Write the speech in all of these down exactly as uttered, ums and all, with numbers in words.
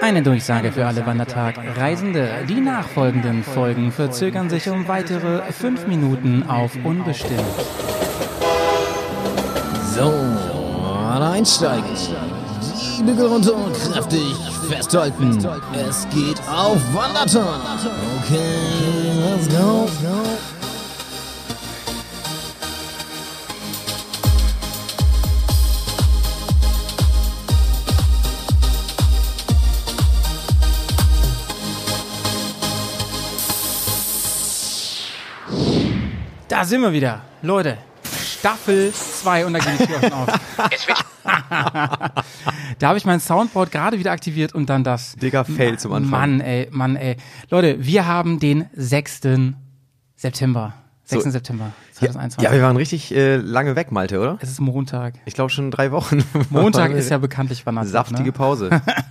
Eine Durchsage für alle Wandertag-Reisende. Die nachfolgenden Folgen verzögern sich um weitere fünf Minuten auf unbestimmt. So, alle einsteigen. Die Bügel runter und kräftig festhalten. Es geht auf Wandertag. Okay, let's go. Da sind wir wieder. Leute, Staffel zwei und da geht die Tür auf. Da habe ich mein Soundboard gerade wieder aktiviert und dann das. Digga, Fail zum Anfang. Mann, ey, Mann, ey. Leute, wir haben den sechsten September. sechsten So. September zweitausendeinundzwanzig. Ja, wir waren richtig äh, lange weg, Malte, oder? Es ist Montag. Ich glaube schon drei Wochen. Montag ist ja bekanntlich Wandertag. Saftige Ne? Pause.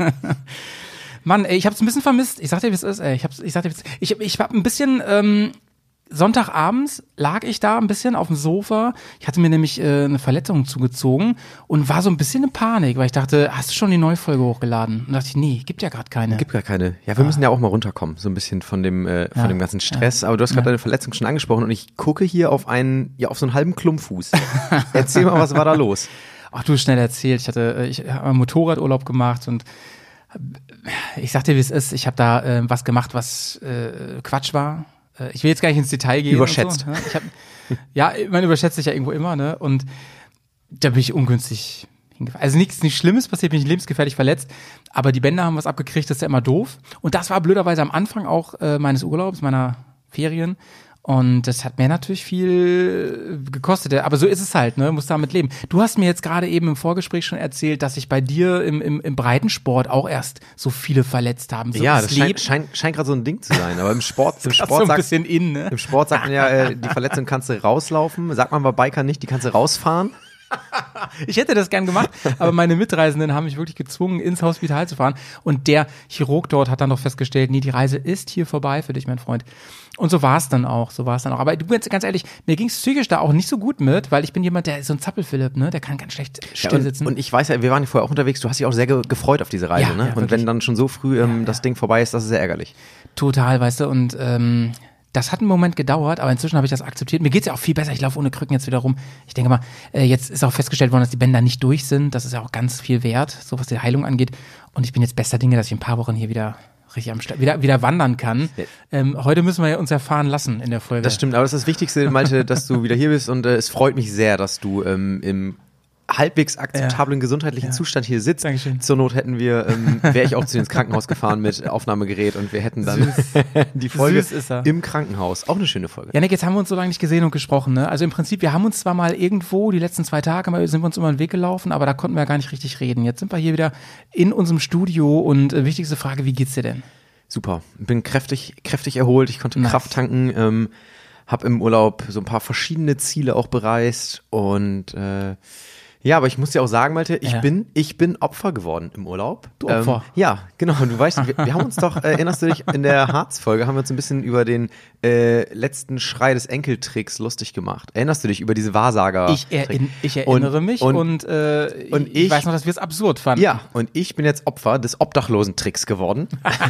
Mann, ey, ich hab's ein bisschen vermisst. Ich sag dir, wie es ist, ey. Ich hab's, ich sag dir, wie es ist. Ich, ich hab ein bisschen, ähm, Sonntagabends lag ich da ein bisschen auf dem Sofa. Ich hatte mir nämlich äh, eine Verletzung zugezogen und war so ein bisschen in Panik, weil ich dachte, hast du schon die neue Folge hochgeladen? Und dachte ich, nee, gibt ja gerade keine. Gibt gar keine. Ja, wir müssen ja auch mal runterkommen, so ein bisschen von dem äh, von Ja. dem ganzen Stress. Ja. Aber du hast gerade Ja. deine Verletzung schon angesprochen und ich gucke hier auf einen, ja, auf so einen halben Klumpfuß. Erzähl mal, was war da los? Ach, du, schnell erzählt. Ich hatte, äh, ich habe Motorradurlaub gemacht und ich sag dir, wie es ist. Ich habe da äh, was gemacht, was äh, Quatsch war. Äh, ich will jetzt gar nicht ins Detail gehen. Überschätzt. Und so, ne? Ich hab, ja, man überschätzt sich ja irgendwo immer, ne? Und da bin ich ungünstig hingefallen. Also nichts nicht Schlimmes passiert, bin ich lebensgefährlich verletzt, aber die Bänder haben was abgekriegt, das ist ja immer doof. Und das war blöderweise am Anfang auch äh, meines Urlaubs, meiner Ferien. Und das hat mir natürlich viel gekostet. Aber so ist es halt, ne? Muss damit leben. Du hast mir jetzt gerade eben im Vorgespräch schon erzählt, dass sich bei dir im, im, im Breitensport auch erst so viele verletzt haben. So Ja, das das scheint, Leben scheint, scheint gerade so ein Ding zu sein. Aber im Sport, im ist Sport so ein sagt, bisschen in, ne? im Sport sagt man ja, äh, die Verletzung kannst du rauslaufen. Sagt man bei Bikern nicht, die kannst du rausfahren. Ich hätte das gern gemacht, aber meine Mitreisenden haben mich wirklich gezwungen, ins Hospital zu fahren. Und der Chirurg dort hat dann noch festgestellt, nee, die Reise ist hier vorbei für dich, mein Freund. Und so war es dann auch, so war es dann auch. Aber du, ganz, ganz ehrlich, mir ging es psychisch da auch nicht so gut mit, weil ich bin jemand, der ist so ein Zappelphilipp, ne, der kann ganz schlecht still Ja, sitzen. und, und ich weiß ja, wir waren ja vorher auch unterwegs, du hast dich auch sehr ge gefreut auf diese Reise, Ja, ne? ja, und wirklich. wenn dann schon so früh ähm, Ja, das ja. Ding vorbei ist, das ist sehr ärgerlich. Total, weißt du, und ähm, das hat einen Moment gedauert, aber inzwischen habe ich das akzeptiert. Mir geht's ja auch viel besser, ich laufe ohne Krücken jetzt wieder rum. Ich denke mal, äh, jetzt ist auch festgestellt worden, dass die Bänder nicht durch sind. Das ist ja auch ganz viel wert, so was die Heilung angeht. Und ich bin jetzt bester Dinge, dass ich in ein paar Wochen hier wieder richtig am Start, wieder, wieder wandern kann. Ja. Ähm, heute müssen wir ja uns erfahren lassen in der Folge. Das stimmt, aber das ist das Wichtigste, Malte, dass du wieder hier bist und äh, es freut mich sehr, dass du ähm, im halbwegs akzeptablen gesundheitlichen Ja. Zustand hier sitzt. Dankeschön. Zur Not hätten wir, ähm, wäre ich auch zu dir ins Krankenhaus gefahren mit Aufnahmegerät und wir hätten dann die Folge Süß ist er. im Krankenhaus. Auch eine schöne Folge. Janik, jetzt haben wir uns so lange nicht gesehen und gesprochen, ne? Also im Prinzip, wir haben uns zwar mal irgendwo, die letzten zwei Tage mal, sind wir uns immer den Weg gelaufen, aber da konnten wir ja gar nicht richtig reden. Jetzt sind wir hier wieder in unserem Studio und äh, wichtigste Frage, wie geht's dir denn? Super, bin kräftig, kräftig erholt, ich konnte Nice. Kraft tanken, ähm, habe im Urlaub so ein paar verschiedene Ziele auch bereist und äh, ja, aber ich muss dir auch sagen, Malte, ich Ja. bin, ich bin Opfer geworden im Urlaub. Du Opfer? Ähm, ja, genau. Du weißt, wir, wir haben uns doch, äh, erinnerst du dich, in der Harz-Folge haben wir uns ein bisschen über den äh, letzten Schrei des Enkeltricks lustig gemacht. Erinnerst du dich über diese Wahrsager? Ich, erinn, ich erinnere Und- mich und- und, äh, und ich, ich- weiß noch, dass wir es absurd fanden. Ja, und ich bin jetzt Opfer des Obdachlosen-Tricks geworden.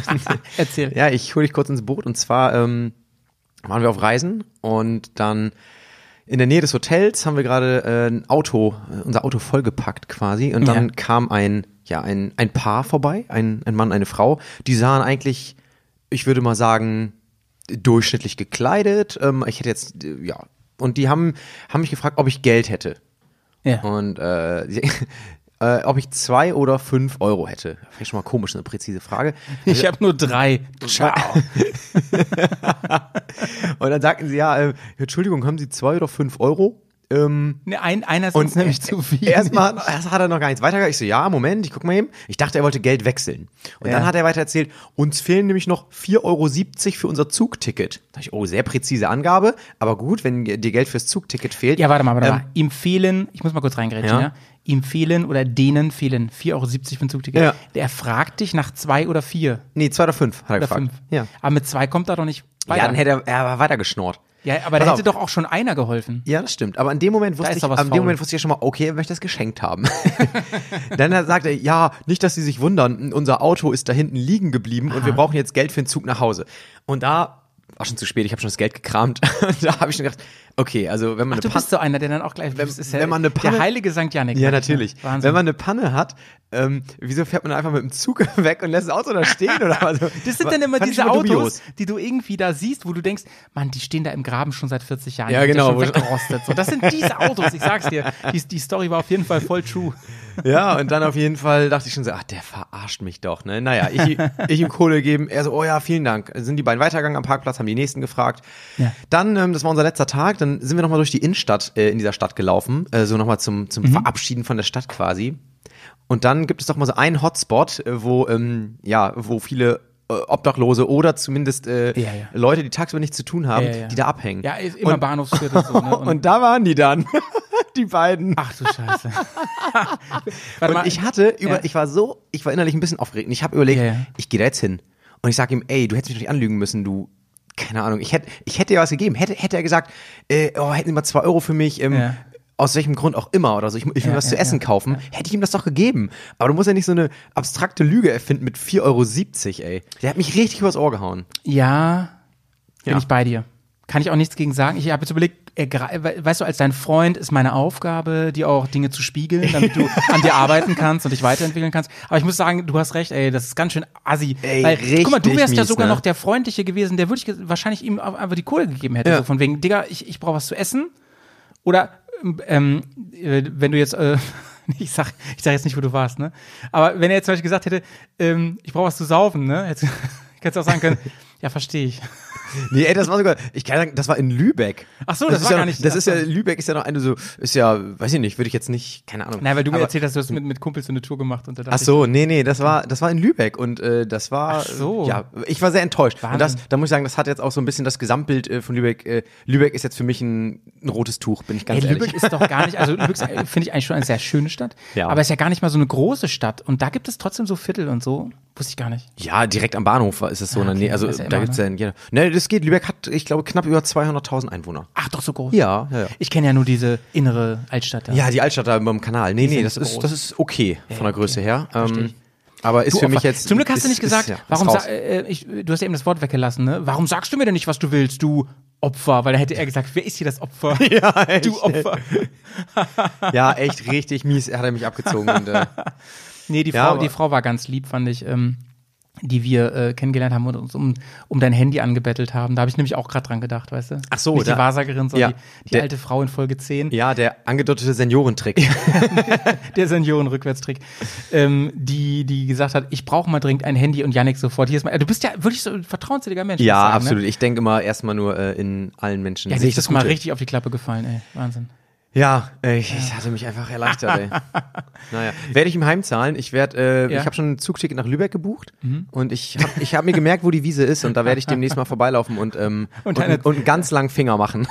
Erzähl. Ja, ich hole dich kurz ins Boot und zwar ähm, waren wir auf Reisen und dann in der Nähe des Hotels haben wir gerade äh, ein Auto, äh, unser Auto vollgepackt quasi und dann Ja. kam ein, ja, ein, ein Paar vorbei, ein, ein Mann, eine Frau, die sahen eigentlich, ich würde mal sagen, durchschnittlich gekleidet, ähm, ich hätte jetzt, äh, ja, und die haben, haben mich gefragt, ob ich Geld hätte. Ja. Und äh, sie- äh, ob ich zwei oder fünf Euro hätte. Vielleicht schon mal komisch, eine präzise Frage. Ich habe nur drei. Ciao. Und dann sagten sie, ja, äh, Entschuldigung, haben Sie zwei oder fünf Euro? Ähm, Ne, ein, einer ist uns nämlich zu viel. Erstmal erst hat er noch gar nichts weitergegeben. Ich so, ja, Moment, ich guck mal eben. Ich dachte, er wollte Geld wechseln. Und Ja. dann hat er weiter erzählt, uns fehlen nämlich noch vier Euro siebzig für unser Zugticket. Da dachte ich, oh, sehr präzise Angabe. Aber gut, wenn dir Geld fürs Zugticket fehlt. Ja, warte mal, warte Ähm, mal. Ihm fehlen, ich muss mal kurz reingrätschen, Ja. ja. Ihm fehlen oder denen fehlen vier Euro siebzig für ein Zugticket. Ja. Der fragt dich nach zwei oder vier Nee, zwei oder fünf, hat er oder gefragt. fünf. Ja. Aber mit zwei kommt er doch nicht weiter. Ja, dann hätte er, er war weiter geschnurrt. Ja, aber Pass da auf. hätte doch auch schon einer geholfen. Ja, das stimmt. Aber in dem Moment wusste ist ich, doch was an dem faul. Moment wusste ich ja schon mal, okay, er möchte das geschenkt haben. Dann sagt er, ja, nicht, dass Sie sich wundern, unser Auto ist da hinten liegen geblieben und wir brauchen jetzt Geld für den Zug nach Hause. Und da war schon zu spät, ich habe schon das Geld gekramt. da habe ich schon gedacht, okay, also wenn man Ach, du eine Panne, bist so einer, der dann auch gleich, Wenn- das ist wenn ja man eine Panne- der heilige Sankt Janik. ja sag ich mal. natürlich, Wahnsinn. wenn man eine Panne hat, ähm, wieso fährt man einfach mit dem Zug weg und lässt das Auto da stehen oder was? Das sind dann immer Fand ich diese Autos, dubios. die du irgendwie da siehst, wo du denkst, Mann, die stehen da im Graben schon seit vierzig Jahren. Ja, die sind genau. schon weggerostet. So, das sind diese Autos, ich sag's dir. Die, die Story war auf jeden Fall voll true. Ja, und dann auf jeden Fall dachte ich schon so, ach, der verarscht mich doch, ne? Naja, ich, ich ihm Kohle geben, er so, oh ja, vielen Dank. Sind die beiden weitergegangen am Parkplatz, haben die nächsten gefragt. Ja. Dann, ähm, das war unser letzter Tag, dann sind wir nochmal durch die Innenstadt äh, in dieser Stadt gelaufen, äh, so nochmal zum, zum Mhm. Verabschieden von der Stadt quasi. Und dann gibt es doch mal so einen Hotspot, äh, wo, ähm, ja, wo viele äh, Obdachlose oder zumindest äh, Ja, ja. Leute, die tagsüber nichts zu tun haben, Ja, ja. die da abhängen. Ja, ist immer Und- Bahnhofsviertel so, ne? Und, da waren die dann, die beiden. ach du Scheiße. Warte Und ich hatte über, Ja. ich war so, ich war innerlich ein bisschen aufgeregt. Und ich habe überlegt, Ja, ja. ich gehe da jetzt hin. Und ich sage ihm, ey, du hättest mich doch nicht anlügen müssen, du, keine Ahnung, ich hätte, ich hätte dir was gegeben. Hätte, hätte er gesagt, äh, oh, hätten Sie mal zwei Euro für mich, ähm, Ja. aus welchem Grund auch immer oder so, ich, ich will Ja, was ja, zu essen ja, kaufen, hätte ich ihm das doch gegeben. Aber du musst ja nicht so eine abstrakte Lüge erfinden mit vier Euro siebzig, ey. Der hat mich richtig übers Ohr gehauen. Ja, bin Ja. ich bei dir. Kann ich auch nichts gegen sagen. Ich habe jetzt überlegt, er, gra- we- weißt du, als dein Freund ist meine Aufgabe, dir auch Dinge zu spiegeln, damit du an dir arbeiten kannst und dich weiterentwickeln kannst. Aber ich muss sagen, du hast recht, ey, das ist ganz schön assi. Ey, Weil, guck mal, du richtig wärst ja mies, sogar ne? noch der Freundliche gewesen, der würde ich ge- wahrscheinlich ihm auch einfach die Kohle gegeben hätte. Ja. So von wegen, Digga, ich, ich brauche was zu essen. Oder ähm, äh, wenn du jetzt, äh, ich sag, ich sag jetzt nicht, wo du warst, ne? Aber wenn er jetzt zum Beispiel gesagt hätte, ähm, ich brauche was zu saufen, ne? Hättest, hättest du auch sagen können, ja, verstehe ich. Nee, ey, das war sogar, ich kann sagen, das war in Lübeck. Ach so, das ist war ja gar noch, nicht- Das ach ist so. ja, Lübeck ist ja noch eine so, ist ja, weiß ich nicht, würde ich jetzt nicht, keine Ahnung. Nein, weil du mir Aber- erzählt hast, du hast mit, mit Kumpels so eine Tour gemacht und da dachte Ach so, nee, nee, das war, das war in Lübeck und äh, das war, Ach so. äh, ja, ich war sehr enttäuscht. Wahnsinn. Und das, da muss ich sagen, das hat jetzt auch so ein bisschen das Gesamtbild äh, von Lübeck. Äh, Lübeck ist jetzt für mich ein, ein rotes Tuch, bin ich ich, ganz ey, ehrlich. Lübeck ist doch gar nicht, also Lübeck ist, äh, finde ich eigentlich schon eine sehr schöne Stadt, Ja. aber es ist ja gar nicht mal so eine große Stadt und da gibt es trotzdem so Viertel und so, wusste ich gar nicht. Ja, direkt am Bahnhof ist es so. Ah, in der okay, Nähe. Also das ist ja da immer, gibt's ja, ja, ne, das geht. Lübeck hat, ich glaube, knapp über zweihunderttausend Einwohner. Ach, doch so groß. Ja, ja, ja. Ich kenne ja nur diese innere Altstadt da. Ja, die Altstadt da beim Kanal. Nee, Die nee, sind das ist, groß. das ist okay von der Größe okay. her. Versteh Ähm, ich. aber ist Du für mich Opfer. jetzt. Zum Glück hast ist, du nicht gesagt, ist, ja, ist warum raus. sa äh, ich, du hast ja eben das Wort weggelassen, ne? Warum sagst du mir denn nicht, was du willst, du Opfer? Weil da hätte er gesagt, wer ist hier das Opfer? Ja, echt, du Opfer. Ja, echt richtig mies hat er mich abgezogen. Und, äh, Nee, die Ja, Frau, aber- die Frau war ganz lieb, fand ich, ähm, die wir äh, kennengelernt haben und uns um, um dein Handy angebettelt haben. Da habe ich nämlich auch gerade dran gedacht, weißt du? Ach so, Nicht da- die Wahrsagerin, sondern Ja, die, die der- alte Frau in Folge zehn. ja, der angedeutete Seniorentrick. Der Seniorenrückwärtstrick, ähm, die, die gesagt hat, ich brauche mal dringend ein Handy und Yannick sofort. Hier ist mal, du bist ja wirklich so ein vertrauenswürdiger Mensch. muss Ja, ich sagen, absolut. Ne? Ich denke immer erstmal nur äh, in allen Menschen. Ja, Sehe ich ich das mal Gute. richtig auf die Klappe gefallen, ey. Wahnsinn. Ja, äh, ich, ich hatte mich einfach erleichtert, ey. Naja, werde ich ihm heimzahlen. Ich werde, äh, Ja. ich habe schon ein Zugticket nach Lübeck gebucht und ich habe ich hab mir gemerkt, wo die Wiese ist und da werde ich demnächst mal vorbeilaufen und ähm, Und und, deine- und, einen ganz langen Finger machen.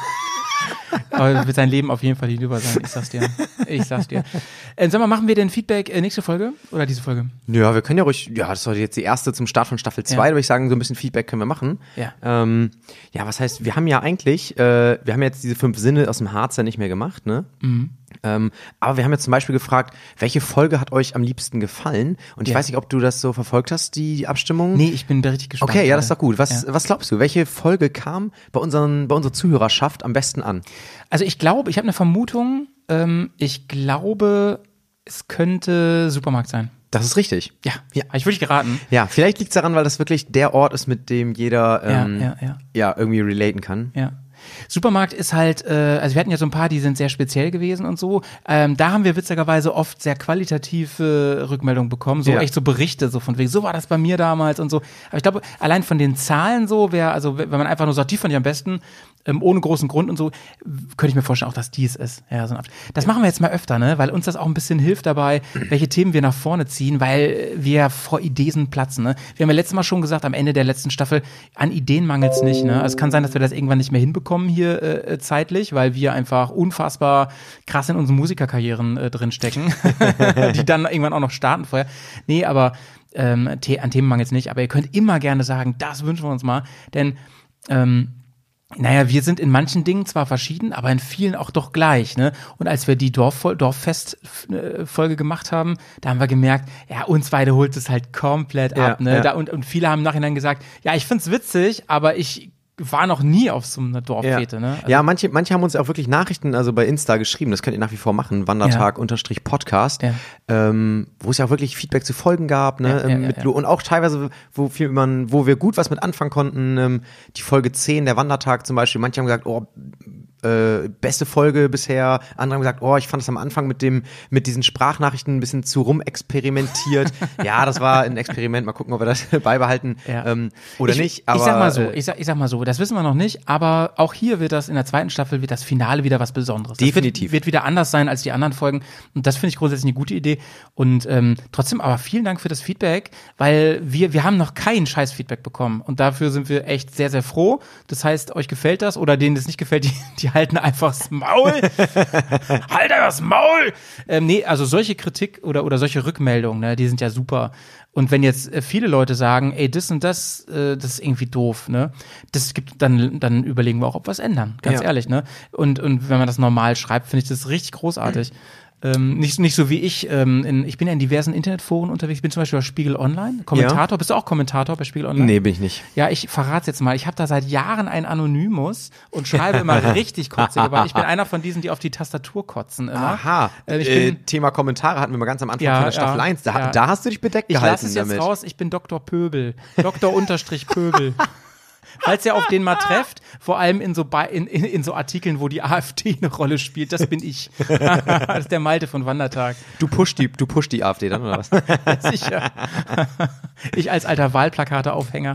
Aber wird sein Leben auf jeden Fall hinüber sein, ich sag's dir. Ich sag's dir. Äh, sag mal, machen wir denn Feedback äh, nächste Folge oder diese Folge? Ja, wir können ja ruhig, ja, das ist heute jetzt die erste zum Start von Staffel zwei, Ja. da würde ich sagen, so ein bisschen Feedback können wir machen. Ja. Ähm, ja, was heißt, wir haben ja eigentlich, äh, wir haben jetzt diese fünf Sinne aus dem Harz ja nicht mehr gemacht, ne? Mhm. Ähm, aber wir haben jetzt zum Beispiel gefragt, welche Folge hat euch am liebsten gefallen? Und ich Ja. weiß nicht, ob du das so verfolgt hast, die, die Abstimmung. Nee, ich bin da richtig gespannt. Okay, ja, das ist gerade. doch gut. Was, Ja. was glaubst du? Welche Folge kam bei, unseren, bei unserer Zuhörerschaft am besten an? Also ich glaube, ich habe eine Vermutung, ähm, ich glaube, es könnte Supermarkt sein. Das ist richtig. Ja, Ja. habe ich wirklich geraten. Ja, vielleicht liegt es daran, weil das wirklich der Ort ist, mit dem jeder ähm, Ja, ja, ja. ja, irgendwie relaten kann. Ja. Supermarkt ist halt, äh, also wir hatten ja so ein paar, die sind sehr speziell gewesen und so. Ähm, da haben wir witzigerweise oft sehr qualitative Rückmeldungen bekommen, so Ja. echt so Berichte, so von wegen, so war das bei mir damals und so. Aber ich glaube, allein von den Zahlen so, wer, also wenn man einfach nur sagt, die fand ich am besten, ähm, ohne großen Grund und so, könnte ich mir vorstellen, auch dass dies ist. Ja, so ein Ab- das machen wir jetzt mal öfter, ne, weil uns das auch ein bisschen hilft dabei, welche Themen wir nach vorne ziehen, weil wir vor Ideen platzen, ne. Wir haben ja letztes Mal schon gesagt, am Ende der letzten Staffel, an Ideen mangelt's nicht, ne. Also es kann sein, dass wir das irgendwann nicht mehr hinbekommen hier äh, zeitlich, weil wir einfach unfassbar krass in unseren Musikerkarrieren äh, drinstecken, die dann irgendwann auch noch starten vorher. Nee, aber ähm, The- an Themen mangelt's nicht, aber ihr könnt immer gerne sagen, das wünschen wir uns mal, denn ähm, Naja, wir sind in manchen Dingen zwar verschieden, aber in vielen auch doch gleich, ne? Und als wir die Dorf Dorffest-Folge gemacht haben, da haben wir gemerkt, ja, uns beide holt es halt komplett Ja, ab, ne? ja. Da, und, und viele haben im Nachhinein gesagt, ja, ich find's witzig, aber ich war noch nie auf so einer Dorffete, ja. ne? Also, ja, manche, manche haben uns auch wirklich Nachrichten, also bei Insta geschrieben, das könnt ihr nach wie vor machen, Wandertag-Podcast, Ja. ähm, wo es ja auch wirklich Feedback zu Folgen gab, ne? Ja, ja, ähm, ja, mit, ja. Und auch teilweise, wo viel man, wo wir gut was mit anfangen konnten, ähm, die Folge zehn, der Wandertag zum Beispiel, manche haben gesagt, oh, äh, beste Folge bisher. Andere haben gesagt, oh, ich fand es am Anfang mit dem, mit diesen Sprachnachrichten ein bisschen zu rumexperimentiert. Ja, das war ein Experiment. Mal gucken, ob wir das beibehalten Ja. ähm, oder ich, nicht. Aber, ich sag mal so, äh, ich sag, ich sag mal so, das wissen wir noch nicht, aber auch hier wird das in der zweiten Staffel, wird das Finale wieder was Besonderes. Das Definitiv. Wird, wird wieder anders sein als die anderen Folgen und das finde ich grundsätzlich eine gute Idee und ähm, trotzdem aber vielen Dank für das Feedback, weil wir, wir haben noch kein Scheiß-Feedback bekommen und dafür sind wir echt sehr, sehr froh. Das heißt, euch gefällt das oder denen das nicht gefällt, die, die halten einfach das Maul. Halt einfach das Maul! Ähm, nee, also solche Kritik oder, oder solche Rückmeldungen, ne, die sind ja super. Und wenn jetzt äh, viele Leute sagen, ey, das und das, äh, das ist irgendwie doof, ne? Das gibt, dann, dann überlegen wir auch, ob wir es ändern. Ganz Ja. ehrlich, ne? Und, und wenn man das normal schreibt, finde ich das richtig großartig. Ähm, nicht, nicht so wie ich, ähm, in, ich bin ja in diversen Internetforen unterwegs, ich bin zum Beispiel bei Spiegel Online, Kommentator, bist du auch Kommentator bei Spiegel Online? nee, bin ich nicht. Ja, ich verrate jetzt mal, ich habe da seit Jahren einen Anonymous und schreibe immer richtig kotzig, weil ich bin einer von diesen, die auf die Tastatur kotzen immer. Aha, Äh, ich äh, bin, Thema Kommentare hatten wir mal ganz am Anfang Ja, von der Staffel ja, eins. Da, ja. da hast du dich bedeckt ich gehalten lasse es jetzt damit. raus, ich bin Doktor Pöbel. Doktor Unterstrich Pöbel. Falls ihr auf den mal trefft, vor allem in so, Be- in, in, in so Artikeln, wo die AfD eine Rolle spielt, das bin ich. Das ist der Malte von Wandertag. Du pushst die, du pushst die AfD dann, oder was? Sicher. Ich als alter Wahlplakate-Aufhänger.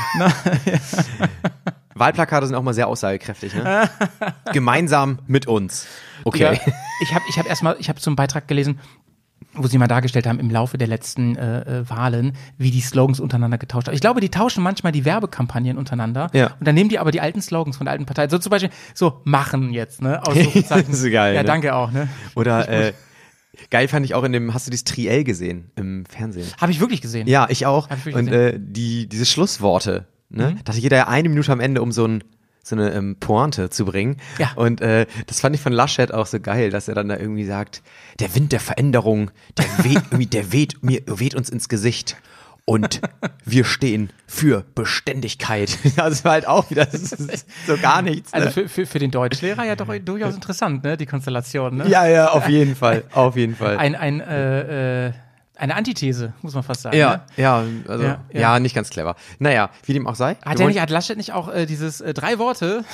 Wahlplakate sind auch mal sehr aussagekräftig, ne? Gemeinsam mit uns. Okay. Ja, ich habe ich hab erstmal, ich habe so einen Beitrag gelesen, wo sie mal dargestellt haben im Laufe der letzten äh, äh, Wahlen, wie die Slogans untereinander getauscht haben. Ich glaube, die tauschen manchmal die Werbekampagnen untereinander Ja. und dann nehmen die aber die alten Slogans von der alten Partei. So zum Beispiel, so machen jetzt, ne? Ausrufezeichen. Das ist geil, Ja, ne? danke auch, ne? Oder äh, geil fand ich auch in dem, hast du dieses Triell gesehen im Fernsehen? Habe ich wirklich gesehen. Ja, ich auch. Hab ich wirklich Und äh, die, diese Schlussworte, ne? Da hatte jeder ja eine Minute am Ende, um so ein so eine ähm, Pointe zu bringen. Ja. Und äh, das fand ich von Laschet auch so geil, dass er dann da irgendwie sagt, der Wind der Veränderung, der weht, irgendwie, der weht, mir, weht uns ins Gesicht. Und wir stehen für Beständigkeit. Also es war halt auch wieder das ist so gar nichts. Ne? Also für, für, für den Deutschlehrer ja doch durchaus interessant, ne? Die Konstellation, ne? ja, ja, auf jeden Fall, auf jeden Fall. Ein, ein, äh, äh, eine Antithese, muss man fast sagen. ja, Ne? ja, also Ja, ja, ja. nicht ganz clever. Naja, wie dem auch sei. Hat, Wir der wollen- nicht, hat Laschet nicht auch äh, dieses äh, drei Worte?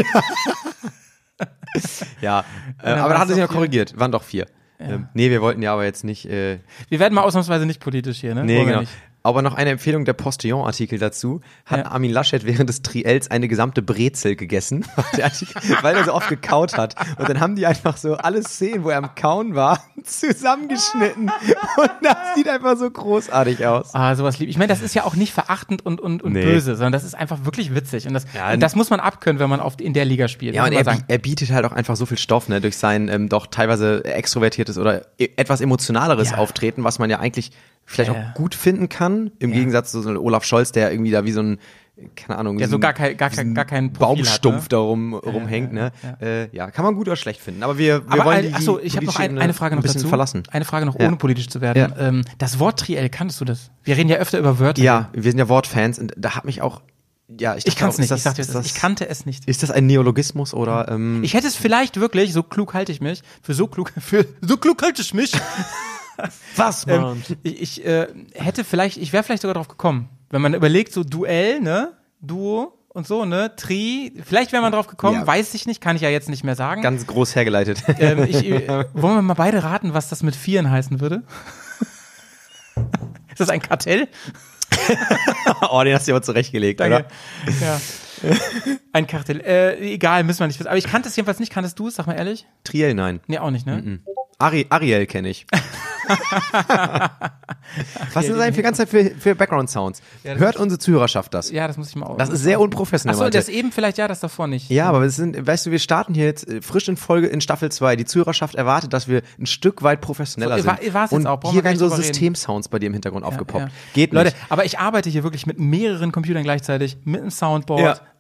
Ja, äh, dann aber da war's hat er sich doch noch korrigiert. Waren doch vier. Ähm, nee, wir wollten ja aber jetzt nicht. Äh, Wir werden mal ausnahmsweise nicht politisch hier, ne? nee, Wollen wir genau. nicht. Aber noch eine Empfehlung der Postillon-Artikel dazu. Hat Ja. Armin Laschet während des Triels eine gesamte Brezel gegessen, der Artikel, weil er so oft gekaut hat. Und dann haben die einfach so alle Szenen, wo er am Kauen war, zusammengeschnitten. Und das sieht einfach so großartig aus. Ah, sowas lieb. Ich meine, das ist ja auch nicht verachtend und, und, und Nee. böse, sondern das ist einfach wirklich witzig. Und das, Ja, und das muss man abkönnen, wenn man auf, in der Liga spielt. Ja, muss und man er, sagen. er bietet halt auch einfach so viel Stoff, ne, durch sein ähm, doch teilweise extrovertiertes oder e- etwas emotionaleres Ja. Auftreten, was man ja eigentlich vielleicht Ja. auch gut finden kann, im Ja. Gegensatz zu so einem Olaf Scholz, der irgendwie da wie so ein, keine Ahnung, Der wie so ein- gar kein- gar wie kein- ein gar keinen Profil Baumstumpf hat, ne? da rum, rumhängt, ja, ne? ja. Äh, ja, kann man gut oder schlecht finden, aber wir, wir Aber wollen ein, die, achso, die ich habe noch politische ein, eine Frage ein noch bisschen dazu. verlassen. Eine Frage noch, Ja. ohne politisch zu werden. Ja. Ähm, das Wort Triell, kanntest du das? Wir reden ja öfter über Wörter. Ja, wir sind ja Wortfans und da hat mich auch, ja, ich, Ich dachte kann es auch, nicht. ist das, Ich, sag dir, ist das, das, ich kannte es nicht. ist das ein Neologismus oder, ähm, Ich hätte es vielleicht wirklich, so klug halte ich mich, für so klug, für so klug halte ich mich. was, ähm, ich ich äh, hätte vielleicht, ich wäre vielleicht sogar drauf gekommen, wenn man überlegt, so Duell, ne, Duo und so, ne, Tri, vielleicht wäre man drauf gekommen, Ja. weiß ich nicht, kann ich ja jetzt nicht mehr sagen. Ganz groß hergeleitet. ähm, ich, äh, wollen wir mal beide raten, was das mit Vieren heißen würde? Ist das ein Kartell? Oh, den hast du aber zurechtgelegt, Danke. oder? Ja. Ein Kartell. Äh, egal, müssen wir nicht wissen. Aber ich kannte es jedenfalls nicht. Kanntest du es? Sag mal ehrlich? Triell, nein. Nee, auch nicht, ne? Ari, Ariel kenne ich. Was sind das eigentlich für ganze Zeit für, für Background-Sounds? Ja, das Hört ist- unsere Zuhörerschaft das? Ja, das muss ich mal Das ist sehr unprofessionell. Achso, Malte. das eben vielleicht, ja, das davor nicht. ja, aber es sind, weißt du, wir starten hier jetzt äh, frisch in Folge in Staffel zwei. Die Zuhörerschaft erwartet, dass wir ein Stück weit professioneller So, sind. war- war's jetzt Und auch, brauchen hier wir gar werden nicht so drüber reden. Systemsounds bei dir im Hintergrund aufgepoppt. Ja. Geht nicht. Leute, aber ich arbeite hier wirklich mit mehreren Computern gleichzeitig, mit einem Soundboard, Ja.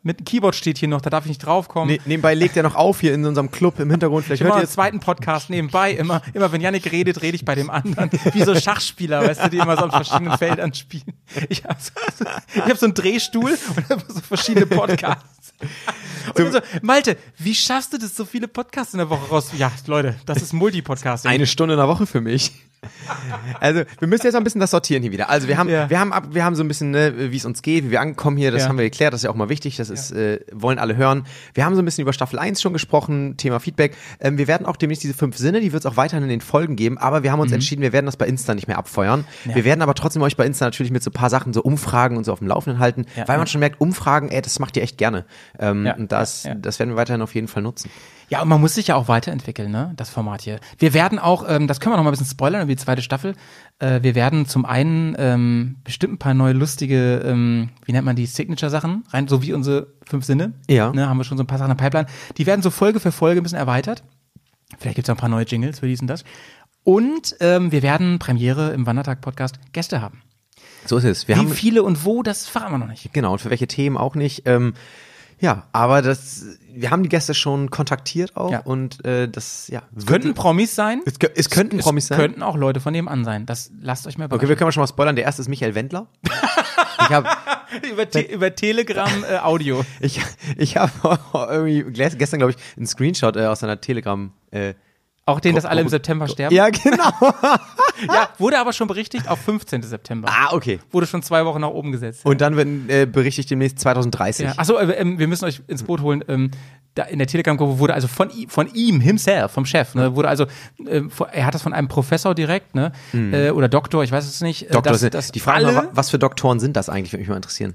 Mit Keyboard steht hier noch, da darf ich nicht draufkommen. Ne, nebenbei legt er noch auf hier in unserem Club im Hintergrund. Vielleicht Ich mache hört ihr einen jetzt. zweiten Podcast nebenbei. Immer, immer wenn Yannick redet, rede ich bei dem anderen. Wie so Schachspieler, weißt du, die immer so auf verschiedenen Feldern spielen. Ich habe so, ich hab so einen Drehstuhl und habe so verschiedene Podcasts. Und dann so, Malte, wie schaffst du das, so viele Podcasts in der Woche raus? Ja, Leute, das ist Multipodcasting. Eine Stunde in der Woche für mich. Also, wir müssen jetzt mal ein bisschen das sortieren hier wieder. Also, wir haben, Ja. wir haben, ab, wir haben so ein bisschen, ne, wie es uns geht, wie wir angekommen hier, das Ja. haben wir geklärt, das ist ja auch mal wichtig, das ist, äh, wollen alle hören. Wir haben so ein bisschen über Staffel eins schon gesprochen, Thema Feedback. Ähm, wir werden auch demnächst diese fünf Sinne, die wird es auch weiterhin in den Folgen geben, aber wir haben uns Mhm. entschieden, wir werden das bei Insta nicht mehr abfeuern. Wir werden aber trotzdem euch bei Insta natürlich mit so ein paar Sachen, so Umfragen und so auf dem Laufenden halten, Ja. weil man schon merkt, Umfragen, ey, das macht ihr echt gerne. Ähm, Ja. Und das, Ja. das werden wir weiterhin auf jeden Fall nutzen. Ja, und man muss sich ja auch weiterentwickeln, ne, das Format hier. Wir werden auch, ähm, das können wir noch mal ein bisschen spoilern, über die zweite Staffel. Äh, wir werden zum einen ähm, bestimmt ein paar neue lustige, ähm, wie nennt man die, Signature-Sachen, rein, so wie unsere fünf Sinne. Ja. Ne, haben wir schon so ein paar Sachen im Pipeline. Die werden so Folge für Folge ein bisschen erweitert. Vielleicht gibt's auch ein paar neue Jingles für dies und das. Und ähm, wir werden Premiere im Wandertag-Podcast Gäste haben. So ist es. Wir Wie haben, viele und wo, das verraten wir noch nicht. Genau, und für welche Themen auch nicht. Ähm, ja, aber das, wir haben die Gäste schon kontaktiert auch Ja. und äh, das, ja. Es könnten Promis sein. es, kö- es könnten es Promis sein. könnten auch Leute von nebenan sein. Das lasst euch mal Okay, überraschen. wir können mal schon mal spoilern. Der erste ist Michael Wendler. ich habe über, Te über Telegram äh, Audio. ich, ich hab irgendwie gles- gestern, glaube ich, einen Screenshot äh, aus einer Telegram. Äh, Auch den, dass alle im Gru- September sterben. ja, genau. Ja, wurde aber schon berichtigt auf fünfzehnten September. ah, okay. Wurde schon zwei Wochen nach oben gesetzt. Und dann wird, äh, berichte ich demnächst zwanzig dreißig. Ja. Achso, äh, ähm, wir müssen euch ins Boot holen. Ähm, da in der Telegram-Gruppe wurde also von, i- von ihm, himself, vom Chef, ne, wurde also, äh, von- er hat das von einem Professor direkt, ne, äh, oder Doktor, ich weiß es nicht. Äh, Doktor dass, sind, dass die Frage alle, mal, wa- was für Doktoren sind das eigentlich, würde mich mal interessieren.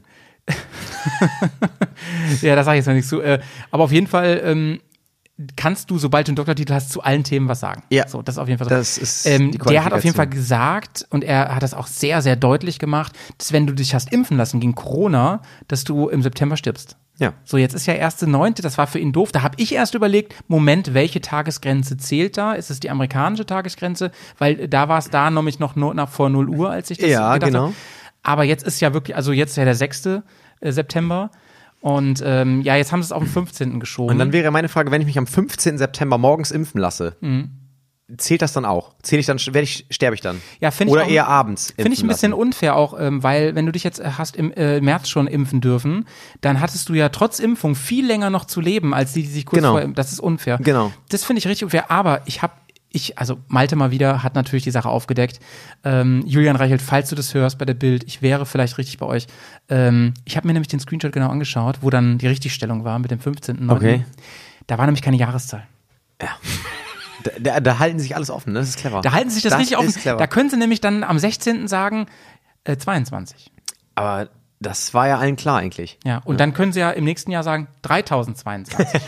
Ja, da sage ich jetzt noch nichts zu. Äh, aber auf jeden Fall ähm, kannst du, sobald du einen Doktortitel hast, zu allen Themen was sagen. Ja. So, das ist auf jeden Fall so. Das ist ähm, die der hat auf jeden Fall Qualifikation. gesagt, und er hat das auch sehr, sehr deutlich gemacht, dass wenn du dich hast impfen lassen gegen Corona, dass du im September stirbst. Ja. So, jetzt ist ja erste Neunte, das war für ihn doof. Da habe ich erst überlegt, Moment, welche Tagesgrenze zählt da? Ist es die amerikanische Tagesgrenze? Weil da war es da nämlich noch no, nach vor null Uhr, als ich das Ja, gedacht genau. habe. Aber jetzt ist ja wirklich, also jetzt ist ja der sechste September. Und ähm, ja, jetzt haben sie es auf den fünfzehnten geschoben. Und dann wäre meine Frage, wenn ich mich am fünfzehnten September morgens impfen lasse, zählt das dann auch? Zähle ich dann, werde ich, sterbe ich dann? Ja, finde ich Oder auch- eher abends Finde ich ein impfen bisschen lassen? unfair auch, ähm, weil wenn du dich jetzt äh, hast im äh, März schon impfen dürfen, dann hattest du ja trotz Impfung viel länger noch zu leben, als die, die sich kurz Genau. vorher, das ist unfair. Genau. Das finde ich richtig unfair, aber ich habe ich, also Malte mal wieder hat natürlich die Sache aufgedeckt. Ähm, Julian Reichelt, falls du das hörst bei der Bild, ich wäre vielleicht richtig bei euch. Ähm, ich habe mir nämlich den Screenshot genau angeschaut, wo dann die Richtigstellung war mit dem fünfzehnten Okay. Da war nämlich keine Jahreszahl. Da, da, da halten sich alles offen, ne? Das ist clever. Da halten sie sich das, das richtig offen. ist clever. Da können sie nämlich dann am sechzehnten sagen, äh, zweiundzwanzig. Aber das war ja allen klar eigentlich. Ja, und dann können sie ja im nächsten Jahr sagen, dreitausendzweiundzwanzig.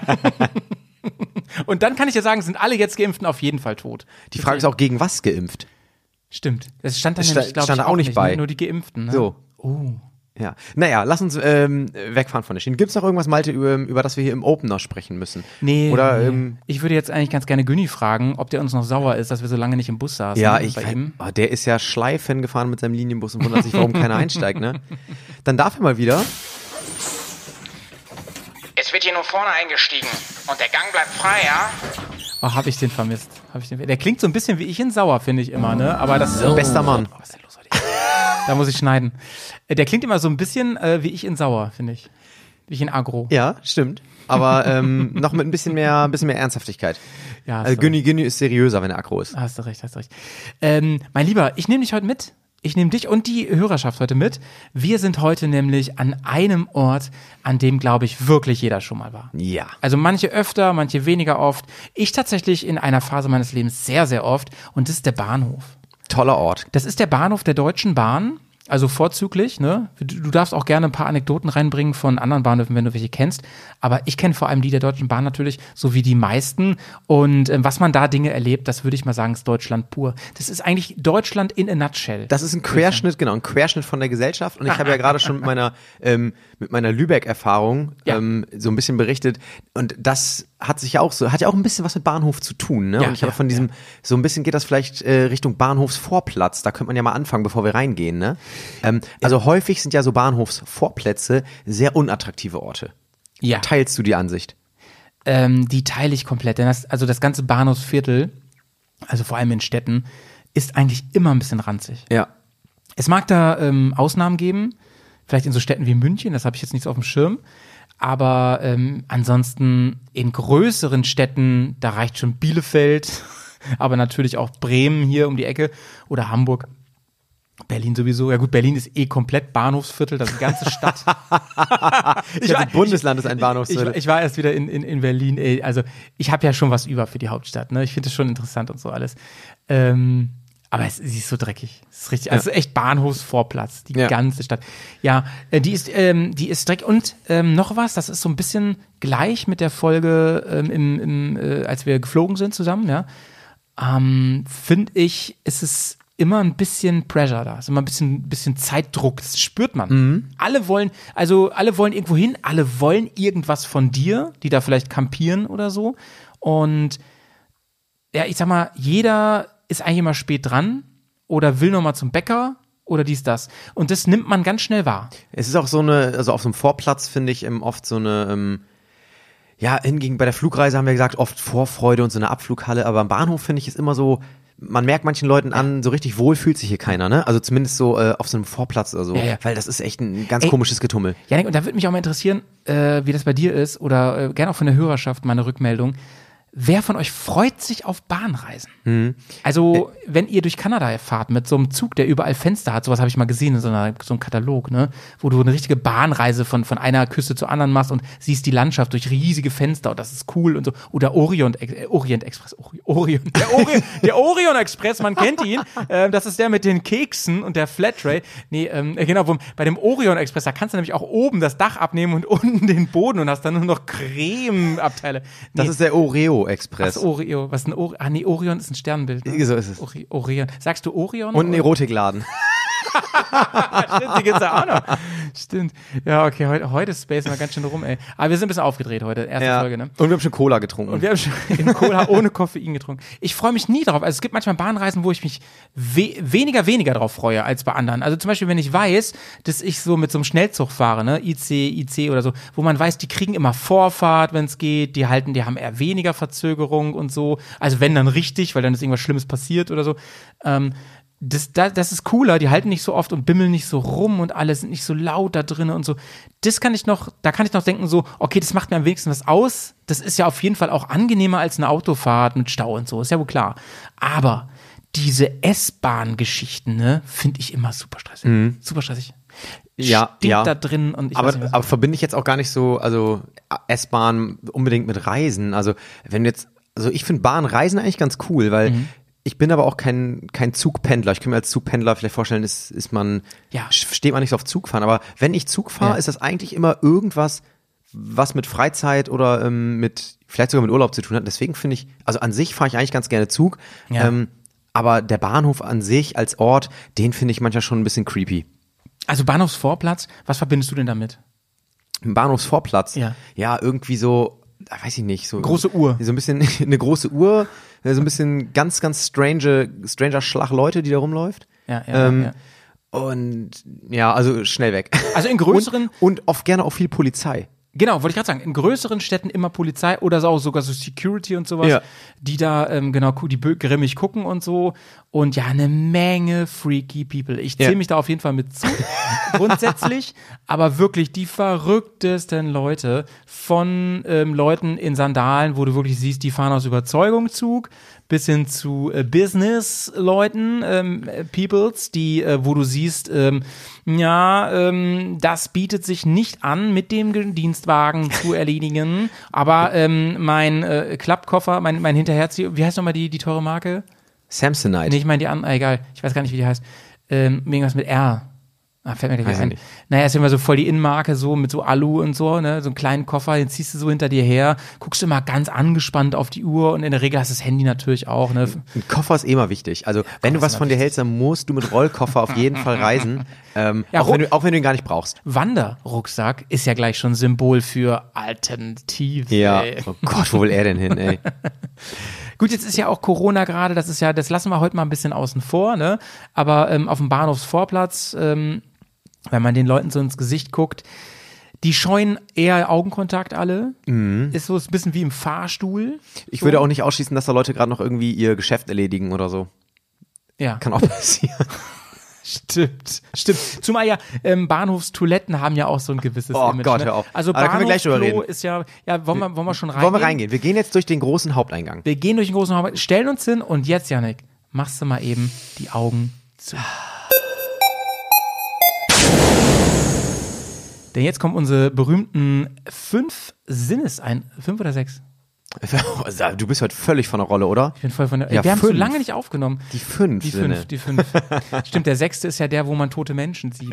Und dann kann ich ja sagen, sind alle jetzt Geimpften auf jeden Fall tot. Die Frage ist auch, gegen was geimpft? Stimmt. Das stand da Das nämlich, sta- glaube stand ich, da auch nicht bei. ne? Nur die Geimpften. Ne? So. Oh. Ja. Naja, lass uns ähm, wegfahren von der Schiene. Gibt es noch irgendwas, Malte, über, über das wir hier im Opener sprechen müssen? Nee, Oder, nee. ähm, Ich würde jetzt eigentlich ganz gerne Günni fragen, ob der uns noch sauer ist, dass wir so lange nicht im Bus saßen. Ja, ich, bei ihm. oh, der ist ja Schleifen gefahren mit seinem Linienbus und wundert sich, warum keiner einsteigt, ne? Dann darf er mal wieder. Es wird hier nur vorne eingestiegen und der Gang bleibt frei, ja? Oh, hab ich den vermisst. Hab ich den, der klingt so ein bisschen wie ich in Sauer, finde ich immer, ne? Aber das ist Bester Mann. Oh, was ist denn los heute? Da muss ich schneiden. Äh, Der klingt immer so ein bisschen äh, wie ich in Sauer, finde ich. Wie ich in Agro. Ja, stimmt. Aber ähm, noch mit ein bisschen mehr, ein bisschen mehr Ernsthaftigkeit. Ja, hast Also du Günni, Günni ist seriöser, wenn er aggro ist. Hast du recht, hast du recht. Ähm, mein Lieber, ich nehme dich heute mit. Ich nehme dich und die Hörerschaft heute mit. Wir sind heute nämlich an einem Ort, an dem, glaube ich, wirklich jeder schon mal war. Ja. Also manche öfter, manche weniger oft. Ich tatsächlich in einer Phase meines Lebens sehr, sehr oft. Und das ist der Bahnhof. Toller Ort. Das ist der Bahnhof der Deutschen Bahn. Also vorzüglich, ne? Du, du darfst auch gerne ein paar Anekdoten reinbringen von anderen Bahnhöfen, wenn du welche kennst. Aber ich kenne vor allem die der Deutschen Bahn natürlich, so wie die meisten. Und ähm, was man da Dinge erlebt, das würde ich mal sagen, ist Deutschland pur. Das ist eigentlich Deutschland in a nutshell. Das ist ein Querschnitt, genau, ein Querschnitt von der Gesellschaft. Und ich habe ja gerade schon mit meiner, ähm, mit meiner Lübeck-Erfahrung Ja. ähm, so ein bisschen berichtet. Und das hat sich ja auch so, hat ja auch ein bisschen was mit Bahnhof zu tun, ne? Ja, und ich habe ja, von diesem, ja. so ein bisschen geht das vielleicht äh, Richtung Bahnhofsvorplatz. Da könnte man ja mal anfangen, bevor wir reingehen, ne? Ähm, also häufig sind ja so Bahnhofsvorplätze sehr unattraktive Orte. Ja. Teilst du die Ansicht? Ähm, die teile ich komplett. Denn das, also das ganze Bahnhofsviertel, also vor allem in Städten, ist eigentlich immer ein bisschen ranzig. Ja. Es mag da ähm, Ausnahmen geben, vielleicht in so Städten wie München, das habe ich jetzt nicht so auf dem Schirm. Aber ähm, ansonsten in größeren Städten, da reicht schon Bielefeld, aber natürlich auch Bremen hier um die Ecke oder Hamburg. Berlin sowieso. Ja gut, Berlin ist eh komplett Bahnhofsviertel, das ist die ganze Stadt. Ich das ganze Bundesland ist ein Bahnhofsviertel. Ich, ich war erst wieder in, in, in Berlin. Ey. Also ich habe ja schon was über für die Hauptstadt. Ne? Ich finde es schon interessant und so alles. Ähm, aber es, sie ist so dreckig. Es ist richtig. Also es ist echt Bahnhofsvorplatz, die Ja. ganze Stadt. Ja, äh, die ist, ähm, die ist dreckig. Und ähm, noch was, das ist so ein bisschen gleich mit der Folge, ähm, im, im, äh, als wir geflogen sind zusammen. Ja, ähm, finde ich, ist es immer ein bisschen Pressure da, ist immer ein bisschen, bisschen Zeitdruck, das spürt man. Mhm. Alle wollen, also alle wollen irgendwo hin, alle wollen irgendwas von dir, die da vielleicht kampieren oder so. Und ja, ich sag mal, jeder ist eigentlich immer spät dran oder will noch mal zum Bäcker oder dies, das. Und das nimmt man ganz schnell wahr. Es ist auch so eine, also auf so einem Vorplatz finde ich ähm, oft so eine, ähm, ja, hingegen bei der Flugreise haben wir gesagt, oft Vorfreude und so eine Abflughalle, aber am Bahnhof finde ich es immer so, man merkt manchen Leuten an, so richtig wohl fühlt sich hier keiner, ne? Also zumindest so äh, auf so einem Vorplatz oder so, Ja, ja. weil das ist echt ein ganz Ey. komisches Getummel. Janik, und da würde mich auch mal interessieren, äh, wie das bei dir ist oder äh, gerne auch von der Hörerschaft mal eine Rückmeldung. Wer von euch freut sich auf Bahnreisen? Mhm. Also, wenn ihr durch Kanada fahrt mit so einem Zug, der überall Fenster hat, sowas habe ich mal gesehen in so, einer, so einem Katalog, ne, wo du eine richtige Bahnreise von, von einer Küste zur anderen machst und siehst die Landschaft durch riesige Fenster und das ist cool und so. Oder Orient, äh, Orient Express, Ori- Orion, der, Ori- der Orion Express, man kennt ihn. Ähm, das ist der mit den Keksen und der Flatrate. Nee, ähm, genau, wo, bei dem Orion Express, da kannst du nämlich auch oben das Dach abnehmen und unten den Boden und hast dann nur noch Cremeabteile. Nee, Das ist der Oreo-Express. was Oreo, was ist ein Oreo? Ah, nee, Orion ist ein Sternbild. Ne? So ist es. Ori- Orion. Sagst du Orion? Und ein oder? Erotikladen. Stimmt, die gibt's ja auch noch. Stimmt. Ja, okay, heute, heute spacen wir ganz schön rum, ey. Aber wir sind ein bisschen aufgedreht heute, erste Ja. Folge, ne? Und wir haben schon Cola getrunken. Und wir haben schon in Cola ohne Koffein getrunken. Ich freue mich nie drauf. Also es gibt manchmal Bahnreisen, wo ich mich we- weniger, weniger drauf freue als bei anderen. Also zum Beispiel, wenn ich weiß, dass ich so mit so einem Schnellzug fahre, ne, I C, I C oder so, wo man weiß, die kriegen immer Vorfahrt, wenn es geht, die halten, die haben eher weniger Verzögerung und so. Also wenn dann richtig, weil dann ist irgendwas Schlimmes passiert oder so. Ähm, Das, das, das ist cooler, die halten nicht so oft und bimmeln nicht so rum und alle sind nicht so laut da drin und so. Das kann ich noch, da kann ich noch denken so, okay, das macht mir am wenigsten was aus. Das ist ja auf jeden Fall auch angenehmer als eine Autofahrt mit Stau und so, ist ja wohl klar. Aber diese S-Bahn-Geschichten, ne, finde ich immer super stressig. Mhm. Super stressig. Ja, Stinkt ja. da drin und ich aber, weiß nicht, was- aber verbinde ich jetzt auch gar nicht so, also S-Bahn unbedingt mit Reisen. Also wenn du jetzt, also ich finde Bahnreisen eigentlich ganz cool, weil Mhm. ich bin aber auch kein, kein Zugpendler. Ich kann mir als Zugpendler vielleicht vorstellen, ist, ist man, Ja. steht man nicht so auf Zugfahren. Aber wenn ich Zug fahre, Ja. ist das eigentlich immer irgendwas, was mit Freizeit oder ähm, mit, vielleicht sogar mit Urlaub zu tun hat. Deswegen finde ich, also an sich fahre ich eigentlich ganz gerne Zug. Ja. Ähm, aber der Bahnhof an sich als Ort, den finde ich manchmal schon ein bisschen creepy. Also Bahnhofsvorplatz, was verbindest du denn damit? Im Bahnhofsvorplatz. Ja. Ja, irgendwie so, weiß ich nicht, so. Große Uhr. So ein bisschen, eine große Uhr, so ein bisschen ganz, ganz strange, stranger Schlag Leute, die da rumläuft. Ja, ja, ähm, ja. Und ja, also schnell weg. Also in größeren, Und, und oft gerne auch viel Polizei. genau, wollte ich gerade sagen, in größeren Städten immer Polizei oder so, auch sogar so Security und sowas, Ja. die da ähm, genau gu- die bö- grimmig gucken und so. Und ja, eine Menge freaky people. Ich zähle Ja. mich da auf jeden Fall mit zu, grundsätzlich, aber wirklich die verrücktesten Leute von ähm, Leuten in Sandalen, wo du wirklich siehst, die fahren aus Überzeugung Zug, bis hin zu äh, Business-Leuten, ähm, äh, Peoples, die, äh, wo du siehst, ähm, ja, ähm, das bietet sich nicht an, mit dem Ge- Dienstwagen zu erledigen, aber ähm, mein äh, Klappkoffer, mein, mein Hinterherzieh, wie heißt nochmal die, die teure Marke? Samsonite. Nee, ich meine die an, ah, egal, ich weiß gar nicht, wie die heißt. Ähm, irgendwas mit R. Ah, fällt mir gleich Weiß ich ein. nicht. Naja, ist immer so voll die Innenmarke, so mit so Alu und so, ne, so einen kleinen Koffer, den ziehst du so hinter dir her, guckst du immer ganz angespannt auf die Uhr und in der Regel hast du das Handy natürlich auch, ne. Ein Koffer ist eh immer wichtig. Also, wenn du ist was immer von dir hältst, dann musst du mit Rollkoffer auf jeden Fall reisen. Ähm, Ja, auch, Ro- wenn du, auch wenn du ihn gar nicht brauchst. Wanderrucksack ist ja gleich schon Symbol für Alternative. Ja. ey. Oh Gott, wo will er denn hin, ey? Gut, jetzt ist ja auch Corona gerade, das ist ja, das lassen wir heute mal ein bisschen außen vor, ne? Aber ähm, auf dem Bahnhofsvorplatz, ähm, wenn man den Leuten so ins Gesicht guckt, die scheuen eher Augenkontakt alle. Ist so ein bisschen wie im Fahrstuhl. Ich so. würde auch nicht ausschließen, dass da Leute gerade noch irgendwie ihr Geschäft erledigen oder so. Ja, Kann auch passieren. stimmt, stimmt. Zumal ja ähm, Bahnhofstoiletten haben ja auch so ein gewisses Oh Image. Gott, ne? hör auf. Also Aber da können wir gleich drüber Bahnhofsklo reden. ist ja, ja, wollen wir, wollen wir schon reingehen? Wollen wir reingehen? Wir gehen jetzt durch den großen Haupteingang. Wir gehen durch den großen Raum, stellen uns hin und jetzt, Yannick, machst du mal eben die Augen zu. Denn jetzt kommen unsere berühmten fünf Sinnesein... Fünf oder sechs? Du bist heute völlig von der Rolle, oder? Ich bin voll von der... Ja, wir haben so fünf. lange nicht aufgenommen. Die fünf Die Sinne. fünf, die fünf. Stimmt, der sechste ist ja der, wo man tote Menschen sieht.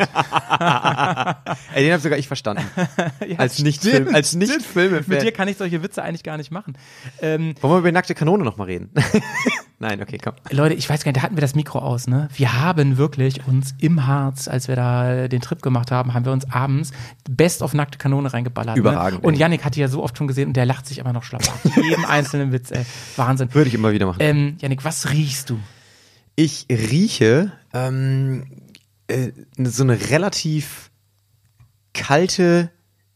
Ey, den hab sogar ich verstanden. Ja, als Nicht-Film, als Nicht-Filme. Mit dir kann ich solche Witze eigentlich gar nicht machen. Ähm, Wollen wir über die nackte Kanone noch mal reden? Nein, okay, komm. Leute, ich weiß gar nicht, da hatten wir das Mikro aus, ne? Wir haben wirklich uns im Harz, als wir da den Trip gemacht haben, haben wir uns abends Best of nackte Kanone reingeballert. Überragend, Ne? Und ey. Yannick hat die ja so oft schon gesehen und der lacht sich immer noch schlapp ab. Jeden einzelnen Witz, ey. Wahnsinn. Würde ich immer wieder machen. Ähm, Yannick, was riechst du? Ich rieche ähm, äh, so eine relativ kalte,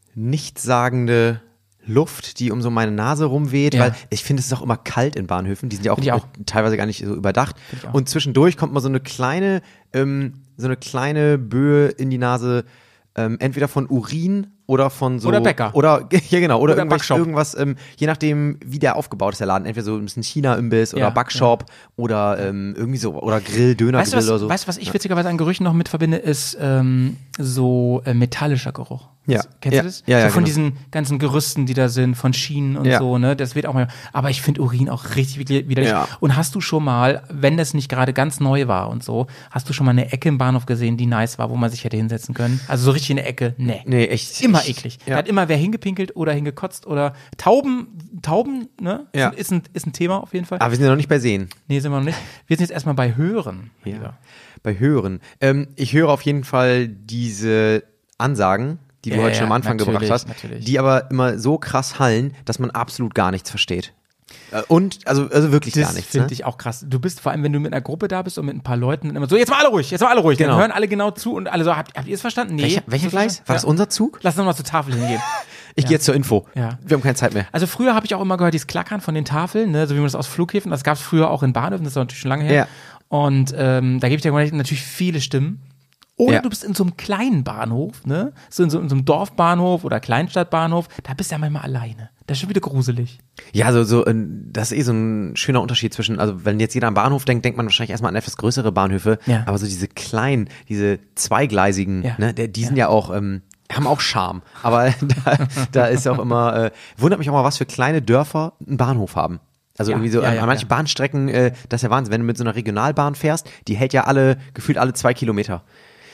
nichtssagende Luft, die um so meine Nase rumweht, Ja. weil ich finde, es ist auch immer kalt in Bahnhöfen. Die sind ja auch, Find ich auch. äh, teilweise gar nicht so überdacht. Find ich auch. Und zwischendurch kommt mal so eine kleine, ähm, so eine kleine Böe in die Nase, ähm, entweder von Urin oder von so Oder Bäcker. oder ja genau oder, Oder irgendwas, Backshop. irgendwas ähm, je nachdem wie der aufgebaut ist der Laden, entweder so ein bisschen China-Imbiss oder Ja, Backshop oder ähm, irgendwie so oder Grill, Döner, Weißt du, Grill was, oder so. weißt, du, was ich witzigerweise an Gerüchen noch mit verbinde, ist ähm, so äh, metallischer Geruch. Ja. Das, kennst Ja. du das? Ja, ja, so von genau. diesen ganzen Gerüsten, die da sind, von Schienen und Ja. so, ne? Das wird auch mal. Aber ich finde Urin auch richtig widerlich. widerlich. Ja. Und hast du schon mal, wenn das nicht gerade ganz neu war und so, hast du schon mal eine Ecke im Bahnhof gesehen, die nice war, wo man sich hätte hinsetzen können? Also so richtig eine Ecke? Nee. Nee, echt. Immer ich, eklig. Ja. Da hat immer wer hingepinkelt oder hingekotzt oder Tauben, Tauben, ne? Ja. Ist, ein, ist ein Thema auf jeden Fall. Aber wir sind ja noch nicht bei Sehen. Nee, sind wir noch nicht. Wir sind jetzt erstmal bei Hören. Ja. lieber. Bei Hören. Ähm, ich höre auf jeden Fall diese Ansagen, die du Ja, heute schon ja, am Anfang natürlich, gebracht hast, natürlich. die aber immer so krass hallen, dass man absolut gar nichts versteht. Äh, Und, also, also wirklich Das gar nichts. finde Ne? ich auch krass. Du bist vor allem, wenn du mit einer Gruppe da bist und mit ein paar Leuten dann immer so, jetzt mal alle ruhig, jetzt mal alle ruhig. Genau. Dann hören alle genau zu und alle so, habt, habt ihr es verstanden? Nee. Welcher, welcher Hast du Gleis? verstanden? War das Ja. unser Zug? Lass uns mal zur Tafel hingehen. Ich gehe jetzt zur Info. Ja. Wir haben keine Zeit mehr. Also früher habe ich auch immer gehört, dieses Klackern von den Tafeln, ne, so wie man das aus Flughäfen, das gab es früher auch in Bahnhöfen, das ist natürlich schon lange her. Ja. Und ähm, da gebe ich dir natürlich viele Stimmen. Oder Ja. du bist in so einem kleinen Bahnhof, ne? So in so, in so einem Dorfbahnhof oder Kleinstadtbahnhof, da bist du ja manchmal alleine. Das ist schon wieder gruselig. Ja, so, so, äh, das ist eh so ein schöner Unterschied zwischen, also wenn jetzt jeder an Bahnhof denkt, denkt man wahrscheinlich erstmal an etwas größere Bahnhöfe, Ja. aber so diese kleinen, diese zweigleisigen, Ja. ne, der, die sind ja auch, ähm, haben auch Charme, aber da, da ist auch immer, äh, wundert mich auch mal, was für kleine Dörfer einen Bahnhof haben. Also Ja, irgendwie so ja, an, ja, an manchen ja. Bahnstrecken, äh, das ist ja Wahnsinn, wenn du mit so einer Regionalbahn fährst, die hält ja alle, gefühlt alle zwei Kilometer.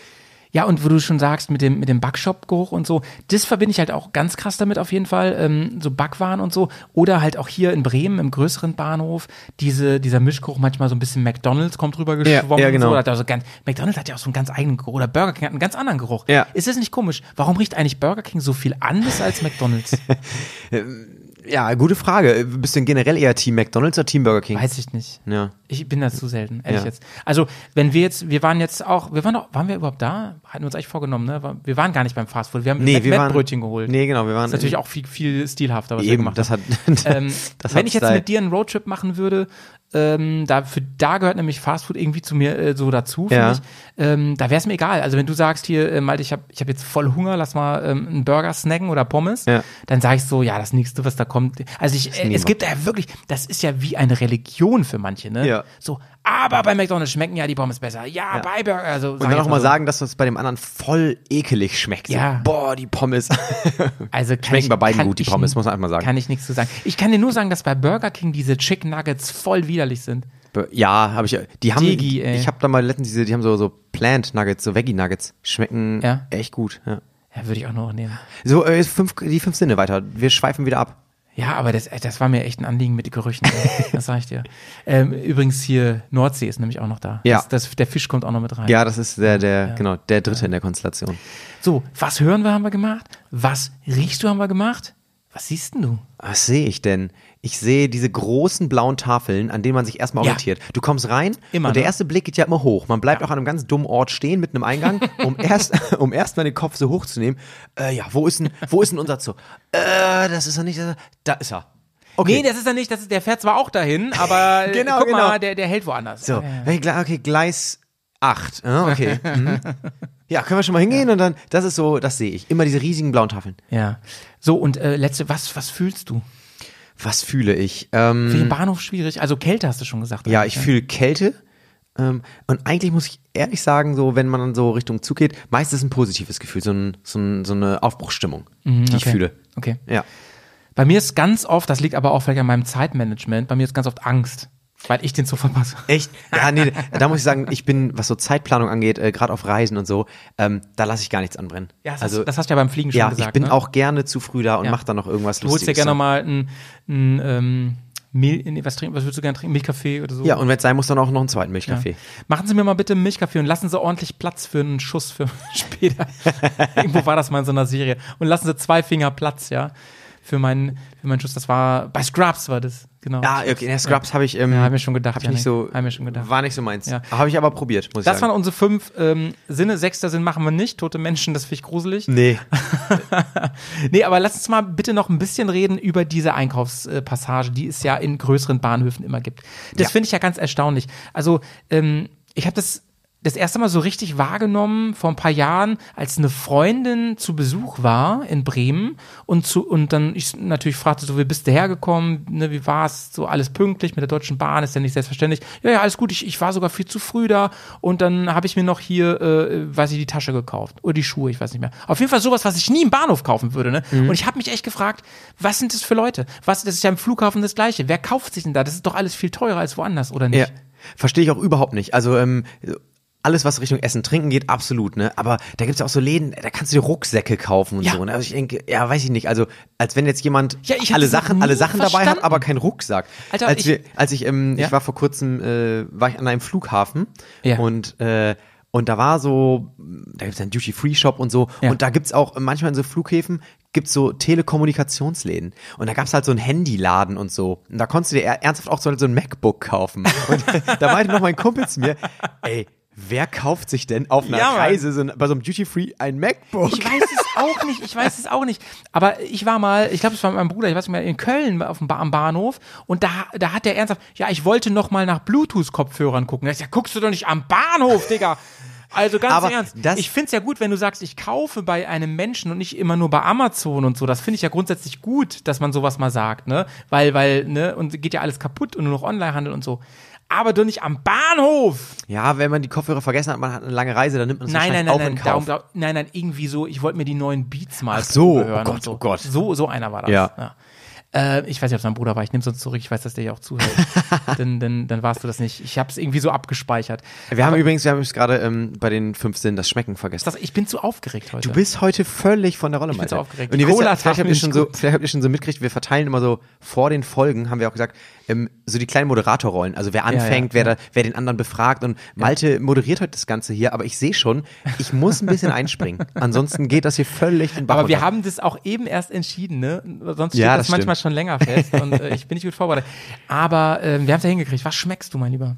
Ja, und wo du schon sagst, mit dem, mit dem Backshop-Geruch und so, das verbinde ich halt auch ganz krass damit auf jeden Fall, ähm, so Backwaren und so. Oder halt auch hier in Bremen im größeren Bahnhof, diese, dieser Mischgeruch, manchmal so ein bisschen McDonalds kommt drüber geschwommen. ja, genau. Und so. Hat also ganz, McDonalds hat ja auch so einen ganz eigenen Geruch. Oder Burger King hat einen ganz anderen Geruch. Ja. Ist das nicht komisch? Warum riecht eigentlich Burger King so viel anders als McDonalds? Ja, gute Frage. Bist du denn generell eher Team McDonald's oder Team Burger King? Weiß ich nicht. Ja. Ich bin da zu selten, ehrlich Ja. jetzt. Also, wenn wir jetzt, wir waren jetzt auch, wir waren doch, waren wir überhaupt da? Hatten wir uns eigentlich vorgenommen, ne? Wir waren gar nicht beim Fastfood. Wir haben Nee, Mac- wir waren- Mettbrötchen geholt. Nee, genau, wir waren Das ist natürlich auch viel, viel stilhafter, was wir eben, gemacht das haben. hat, Ähm, das wenn hat ich jetzt Style. mit dir einen Roadtrip machen würde, ähm, da, für, da gehört nämlich Fastfood irgendwie zu mir äh, so dazu, finde Ja. ich. Ähm, da wäre es mir egal. Also wenn du sagst hier, äh, Malte, ich habe ich hab jetzt voll Hunger, lass mal ähm, einen Burger snacken oder Pommes, Ja. dann sage ich so, ja, das nächste, was da kommt. Also ich, äh, nehmen es wir. gibt ja wirklich, das ist ja wie eine Religion für manche, ne? Ja. So, aber bei McDonald's schmecken ja die Pommes besser. Ja, Ja. bei Burger. Also, Und dann auch mal sagen, dass das bei dem anderen voll ekelig schmeckt. So, Ja. boah, die Pommes. Also kann Schmecken ich, bei beiden kann gut, die ich- Pommes, muss man einfach mal sagen. Kann ich nichts zu sagen. Ich kann dir nur sagen, dass bei Burger King diese Chicken Nuggets voll widerlich sind. Ja, habe ich. Die haben. Digi, ey. ich habe da mal letztens diese, die haben so so Plant Nuggets, so Veggie Nuggets, schmecken Ja? echt gut. Ja, Ja, würde ich auch noch nehmen. so äh, fünf, die fünf Sinne weiter. Wir schweifen wieder ab. Ja, aber das, das war mir echt ein Anliegen mit den Gerüchen. Das sag ich dir. Ähm, übrigens hier Nordsee ist nämlich auch noch da. Ja. Das, das, der Fisch kommt auch noch mit rein. Ja, das ist der, der Ja. genau, der dritte in der Konstellation. So, was hören wir haben wir gemacht? Was riechst du haben wir gemacht? Was siehst denn du? Was sehe ich denn? Ich sehe diese großen blauen Tafeln, an denen man sich erstmal Ja. orientiert. Du kommst rein Immer, und der ne? erste Blick geht ja immer hoch. Man bleibt auch an einem ganz dummen Ort stehen mit einem Eingang, um erst, um erst mal den Kopf so hochzunehmen. Äh, ja, wo ist denn, wo ist denn unser Zoo? Äh, das ist doch nicht, da ist er. Okay. Nee, das ist ja nicht, das ist, der fährt zwar auch dahin, aber Genau, guck genau. mal, der, der hält woanders. So, Ja, ja. okay, Gle- okay, Gleis acht. Ja, okay. Mhm. Ja, können wir schon mal hingehen und dann, das ist so, das sehe ich. Immer diese riesigen blauen Tafeln. Ja. So, und äh, letzte, was, was fühlst du? Was fühle ich? Ähm, Für den Bahnhof schwierig. Also Kälte hast du schon gesagt. Ja, eigentlich, ich ne? fühle Kälte. Ähm, und eigentlich muss ich ehrlich sagen, so wenn man dann so Richtung Zug geht, meistens ein positives Gefühl, so, ein, so, ein, so eine Aufbruchsstimmung, die ich okay. fühle. Okay. Ja. Bei mir ist ganz oft, das liegt aber auch vielleicht an meinem Zeitmanagement, bei mir ist ganz oft Angst, weil ich den Zug verpasse. Echt? Ja, nee, da muss ich sagen, ich bin, was so Zeitplanung angeht, äh, gerade auf Reisen und so, ähm, da lasse ich gar nichts anbrennen. Ja, das, also, hast, das hast du ja beim Fliegen schon ja, gesagt. ich bin ne? auch gerne zu früh da und Ja. mach dann noch irgendwas Du holst dir Lustiges. gerne so. mal ein, ein ähm, Mil, nee, was, trinken, was würdest du gerne trinken? Milchkaffee oder so? Ja, und wenn es sein muss, dann auch noch einen zweiten Milchkaffee. Machen Sie mir mal bitte einen Milchkaffee und lassen Sie ordentlich Platz für einen Schuss für später. Irgendwo war das mal in so einer Serie. Und lassen Sie zwei Finger Platz, ja, für meinen, für meinen Schuss. Das war, bei Scrubs war das, genau. Ah, okay, in der Scrubs habe ich, ähm, Ja, hab mir schon gedacht, hab ich nicht so, Janik. Hab mir schon gedacht. war nicht so meins. Ja. Habe ich aber probiert, muss ich Das sagen. waren unsere fünf ähm, Sinne. Sechster Sinn machen wir nicht. Tote Menschen, das finde ich gruselig. Nee. Nee, aber lass uns mal bitte noch ein bisschen reden über diese Einkaufspassage, die es ja in größeren Bahnhöfen immer gibt. Das Ja. finde ich ja ganz erstaunlich. Also, ähm, ich habe das das erste Mal so richtig wahrgenommen vor ein paar Jahren, als eine Freundin zu Besuch war in Bremen und zu und dann ich natürlich fragte so, wie bist du hergekommen, ne, wie war's, so alles pünktlich mit der Deutschen Bahn, ist ja nicht selbstverständlich. Ja, ja, alles gut, ich, ich war sogar viel zu früh da und dann habe ich mir noch hier, äh, weiß ich, die Tasche gekauft oder die Schuhe, ich weiß nicht mehr. Auf jeden Fall sowas, was ich nie im Bahnhof kaufen würde, ne? Und ich habe mich echt gefragt, was sind das für Leute? Was, das ist ja im Flughafen das Gleiche. Wer kauft sich denn da? Das ist doch alles viel teurer als woanders, oder nicht? Ja, verstehe ich auch überhaupt nicht. Also ähm, alles, was Richtung Essen, Trinken geht, absolut, ne? Aber da gibt's ja auch so Läden, da kannst du dir Rucksäcke kaufen und Ja. so. Ne? Also ich denke, ja, weiß ich nicht. Also als wenn jetzt jemand Ja, ich hab alle das noch Sachen, nie alle Sachen dabei hat, verstanden. aber keinen Rucksack. Alter, als ich- wir, als ich, ähm, Ja. ich war vor kurzem, äh, war ich an einem Flughafen Ja. und äh, und da war so, da gibt's einen Duty-Free-Shop und so. Ja. Und da gibt's auch manchmal in so Flughäfen gibt's so Telekommunikationsläden. Und da gab's halt so einen Handyladen und so. Und da konntest du dir er- ernsthaft auch so, so ein MacBook kaufen. Und da meinte noch mein Kumpel zu mir, ey, wer kauft sich denn auf einer Ja, Mann. Reise so ein, bei so einem Duty-Free ein MacBook? Ich weiß es auch nicht, ich weiß es auch nicht. Aber ich war mal, ich glaube, es war mit meinem Bruder, ich weiß nicht mehr, in Köln auf dem ba am Bahnhof und da, da hat der ernsthaft, ja, ich wollte noch mal nach Bluetooth-Kopfhörern gucken. Da ich, ja, guckst du doch nicht am Bahnhof, Digga. Also ganz Aber im Ernst, das- ich find's ja gut, wenn du sagst, ich kaufe bei einem Menschen und nicht immer nur bei Amazon und so. Das finde ich ja grundsätzlich gut, dass man sowas mal sagt, ne? Weil, weil, ne, und geht ja alles kaputt und nur noch Onlinehandel und so. Aber doch nicht am Bahnhof. Ja, wenn man die Kopfhörer vergessen hat, man hat eine lange Reise, dann nimmt man es Nein, nein, wahrscheinlich nein, auch nein, in darum, Kauf. darum, nein, nein, irgendwie so, ich wollte mir die neuen Beats mal Ach so, hören oh Gott, und so. oh Gott. So, so einer war das. Ja. Äh, ich weiß nicht, ob es mein Bruder war, ich nehme es uns zurück, ich weiß, dass der ja auch zuhört. dann, dann, dann warst du das nicht. Ich habe es irgendwie so abgespeichert. Wir haben übrigens, wir haben übrigens gerade ähm, bei den fünf Sinnen das Schmecken vergessen. Das, ich bin zu aufgeregt heute. Du bist heute völlig von der Rolle, Ich bin Malte. so aufgeregt. Und Die ihr wisst Cola ja, tat vielleicht habt mir ihr schon nicht so, gut. vielleicht habt ihr schon so mitgekriegt, wir verteilen immer so vor den Folgen, haben wir auch gesagt, ähm, so die kleinen Moderatorrollen. Also wer anfängt, ja, wer, da, wer den anderen befragt. Und Malte moderiert heute das Ganze hier, aber ich sehe schon, ich muss ein bisschen einspringen. Ansonsten geht das hier völlig in den Bach Aber wir runter. haben das auch eben erst entschieden, ne? Sonst steht Ja, das, das manchmal stimmt. schon länger fest und äh, ich bin nicht gut vorbereitet. Aber äh, wir haben es ja hingekriegt. Was schmeckst du, mein Lieber?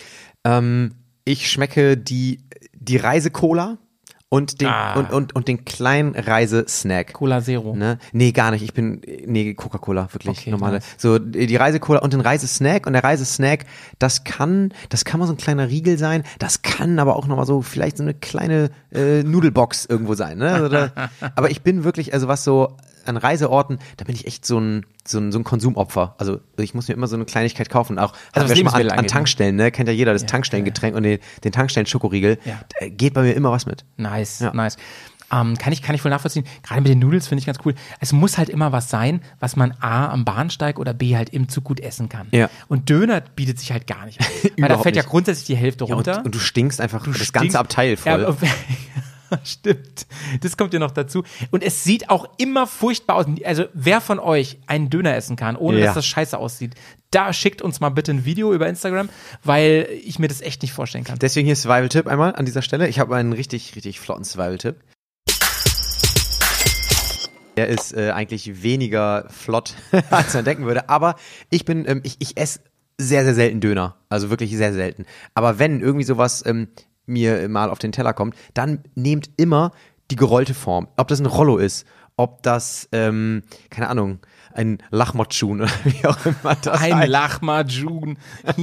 Ähm, ich schmecke die, die Reise-Cola und den, Ah. und, und, und den kleinen Reise-Snack. Cola Zero. Ne? Nee, gar nicht. Ich bin, nee, Coca-Cola, wirklich, Okay, normale. nice. So, die Reise-Cola und den Reise-Snack. Und der Reise-Snack, das kann, das kann mal so ein kleiner Riegel sein. Das kann aber auch nochmal so, vielleicht so eine kleine äh, Nudelbox irgendwo sein, ne? Also da, aber ich bin wirklich, also was so an Reiseorten, da bin ich echt so ein, so ein, so ein Konsumopfer. Also ich muss mir immer so eine Kleinigkeit kaufen. Auch, Also hatten was wir schon mal an, Lebensmittel an angeht, ne? Tankstellen, ne? Kennt ja jeder das Ja, Tankstellengetränk und den, den Tankstellen-Schokoriegel. Ja. Da geht bei mir immer was mit. Nice, Ja. nice. Ähm, kann ich, kann ich voll nachvollziehen. Gerade mit den Noodles finde ich ganz cool. Es muss halt immer was sein, was man A am Bahnsteig oder B halt im Zug gut essen kann. Ja. Und Döner bietet sich halt gar nicht an. Weil da Überhaupt fällt ja nicht. grundsätzlich die Hälfte Ja, runter. und, und du stinkst einfach Du das stinkst- ganze Abteil voll. Ja, stimmt. Das kommt ja noch dazu. Und es sieht auch immer furchtbar aus. Also wer von euch einen Döner essen kann, ohne Ja. dass das scheiße aussieht, da schickt uns mal bitte ein Video über Instagram, weil ich mir das echt nicht vorstellen kann. Deswegen hier Survival-Tipp einmal an dieser Stelle. Ich habe einen richtig, richtig flotten Survival-Tipp. Der ist äh, eigentlich weniger flott, als man denken würde. Aber ich bin, ähm, ich, ich esse sehr, sehr selten Döner. Also wirklich sehr selten. Aber wenn irgendwie sowas ähm, mir mal auf den Teller kommt, dann nehmt immer die gerollte Form. Ob das ein Rollo ist, ob das, ähm, keine Ahnung, ein Lachmatschun oder wie auch immer das Ein heißt. Lachmajun.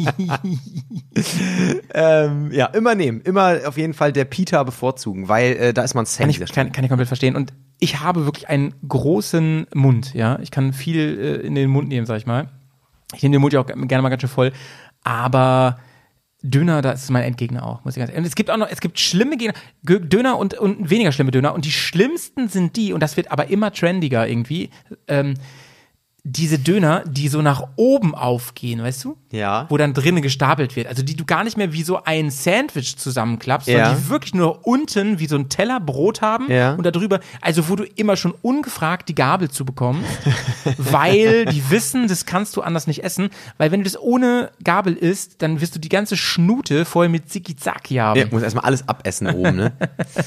ähm, ja, immer nehmen. Immer auf jeden Fall der Pita bevorzugen, weil äh, da ist man safe. Kann ich, kann, kann ich komplett verstehen. Und ich habe wirklich einen großen Mund, ja. Ich kann viel äh, in den Mund nehmen, sag ich mal. Ich nehme den Mund ja auch gerne mal ganz schön voll. Aber Döner, da ist mein Endgegner auch, muss ich ganz ehrlich. Und es gibt auch noch, es gibt schlimme Gegner, G- Döner und, und weniger schlimme Döner. Und die schlimmsten sind die, und das wird aber immer trendiger irgendwie, ähm, diese Döner, die so nach oben aufgehen, weißt du? Ja. Wo dann drinnen gestapelt wird. Also die du gar nicht mehr wie so ein Sandwich zusammenklappst, Ja. sondern die wirklich nur unten wie so ein Teller Brot haben Ja. und da drüber, also wo du immer schon ungefragt die Gabel zu bekommst, weil die wissen, das kannst du anders nicht essen, weil wenn du das ohne Gabel isst, dann wirst du die ganze Schnute voll mit Ziki-Zaki haben. Ja, muss erstmal alles abessen oben, ne?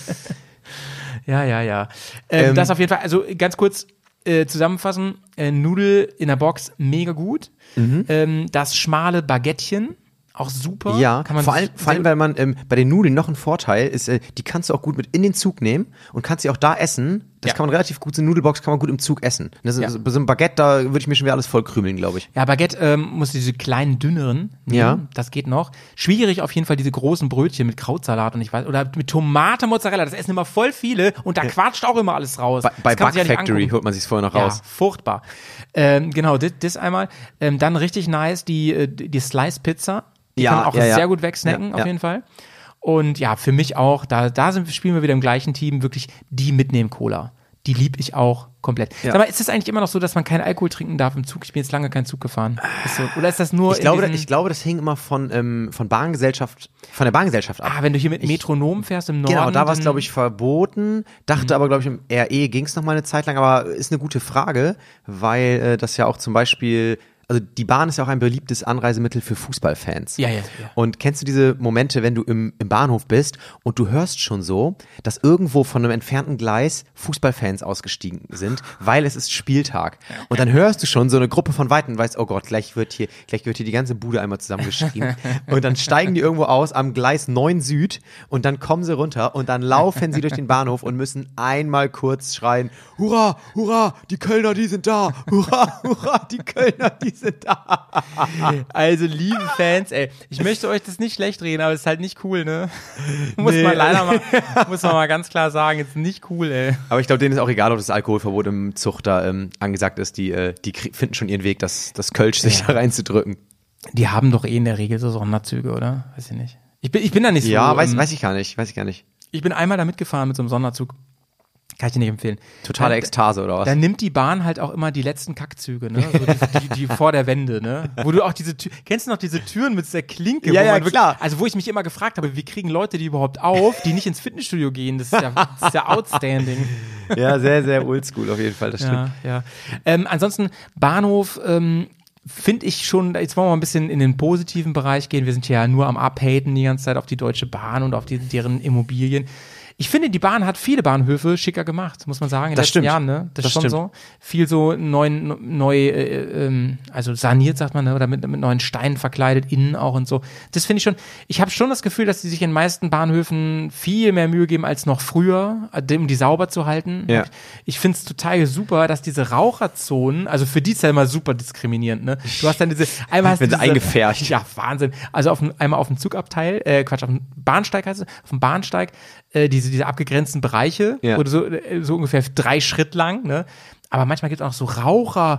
Ja, ja, ja. Ähm, Ähm, das auf jeden Fall, also ganz kurz äh, zusammenfassen, äh, Nudel in der Box, mega gut. Ähm, das schmale Baguettchen, auch super. Ja, Kann man vor allem, vor allem, weil man ähm, bei den Nudeln noch ein Vorteil ist, äh, die kannst du auch gut mit in den Zug nehmen und kannst sie auch da essen. Das Ja. kann man relativ gut, so eine Nudelbox kann man gut im Zug essen. Das ist, Ja. so, bei so einem Baguette, da würde ich mir schon wieder alles voll krümeln, glaube ich. Ja, Baguette ähm, muss diese kleinen, dünneren nehmen. Ja. Das geht noch. Schwierig auf jeden Fall diese großen Brötchen mit Krautsalat und ich weiß, oder mit Tomate, Mozzarella. Das essen immer voll viele und da quatscht auch immer alles raus. Bei, bei Das kann man Bug sich ja nicht Factory angucken. holt man sich vorher noch Ja, raus. furchtbar. Ähm, genau, das, das einmal. Ähm, dann richtig nice, die, äh, die Slice-Pizza. Die Ja, kann man auch ja, ja. sehr gut wegsnacken, Ja, auf ja. jeden Fall. Und ja, für mich auch, da, da sind, spielen wir wieder im gleichen Team, wirklich die Mitnehmen-Cola. Die lieb ich auch komplett. Ja. Sag mal, ist es eigentlich immer noch so, dass man keinen Alkohol trinken darf im Zug? Ich bin jetzt lange keinen Zug gefahren. Ist so, oder ist das nur Ich glaube, in diesen, ich glaube, das hing immer von, ähm, von Bahngesellschaft, von der Bahngesellschaft ab. ah, wenn du hier mit Ich- Metronom fährst im Norden. Genau, da war es, dann- glaube ich, verboten. Dachte aber, glaube ich, im R E ging es noch mal eine Zeit lang. Aber ist eine gute Frage, weil äh, das ja auch zum Beispiel, also die Bahn ist ja auch ein beliebtes Anreisemittel für Fußballfans. Ja, ja, ja. Und kennst du diese Momente, wenn du im, im Bahnhof bist und du hörst schon so, dass irgendwo von einem entfernten Gleis Fußballfans ausgestiegen sind, weil es ist Spieltag. Und dann hörst du schon so eine Gruppe von Weitem und weißt, oh Gott, gleich wird hier, gleich wird hier die ganze Bude einmal zusammengeschrien. Und dann steigen die irgendwo aus am Gleis neun Süd und dann kommen sie runter und dann laufen sie durch den Bahnhof und müssen einmal kurz schreien, hurra, hurra, die Kölner, die sind da, hurra, hurra, die Kölner, die sind da. Also, liebe Fans, ey, ich möchte euch das nicht schlecht reden, aber es ist halt nicht cool, ne? Muss Nee. man leider mal, muss man mal ganz klar sagen, ist nicht cool, ey. Aber ich glaube, denen ist auch egal, ob das Alkoholverbot im Zug da ähm, angesagt ist. Die, äh, die krie- finden schon ihren Weg, das, das Kölsch sich Ja. da reinzudrücken. Die haben doch eh in der Regel so Sonderzüge, oder? Weiß ich nicht. Ich bin, ich bin da nicht so. Ja, weiß, ähm, weiß ich gar nicht, weiß ich gar nicht. Ich bin einmal da mitgefahren mit so einem Sonderzug. Kann ich dir nicht empfehlen. Totale Dann- Ekstase oder was? Dann nimmt die Bahn halt auch immer die letzten Kackzüge, ne? So die, die, die vor der Wende, ne? Wo du auch diese Tür, kennst du noch diese Türen mit der Klinke? Ja, wo ja, man wirklich, klar. Also wo ich mich immer gefragt habe, wie kriegen Leute die überhaupt auf, die nicht ins Fitnessstudio gehen? Das ist ja, das ist ja outstanding. Ja, sehr, sehr oldschool auf jeden Fall, das stimmt. Ja, ja. Ähm, ansonsten Bahnhof, ähm, finde ich schon, jetzt wollen wir mal ein bisschen in den positiven Bereich gehen. Wir sind ja nur am Abhaten die ganze Zeit auf die Deutsche Bahn und auf die, deren Immobilien. Ich finde, die Bahn hat viele Bahnhöfe schicker gemacht, muss man sagen, in den Das letzten stimmt. Jahren. Ne? Das, Das ist schon stimmt. so. Viel so neu, neu äh, ähm, also saniert, sagt man, ne? Oder mit, mit neuen Steinen verkleidet, innen auch und so. Das finde ich schon, ich habe schon das Gefühl, dass die sich in den meisten Bahnhöfen viel mehr Mühe geben als noch früher, um die sauber zu halten. Ja. Ich finde es total super, dass diese Raucherzonen, also für die ist ja immer super diskriminierend, ne? Du hast dann diese, einmal hast Wenn du sie diese, eingefärbt. Ja, Wahnsinn. Also auf dem, einmal auf dem Zugabteil, äh, Quatsch, auf dem Bahnsteig heißt es, auf dem Bahnsteig, äh, diese, diese abgegrenzten Bereiche, Ja. wo du so, äh, so ungefähr drei Schritt lang, ne? Aber manchmal gibt es auch so Raucher,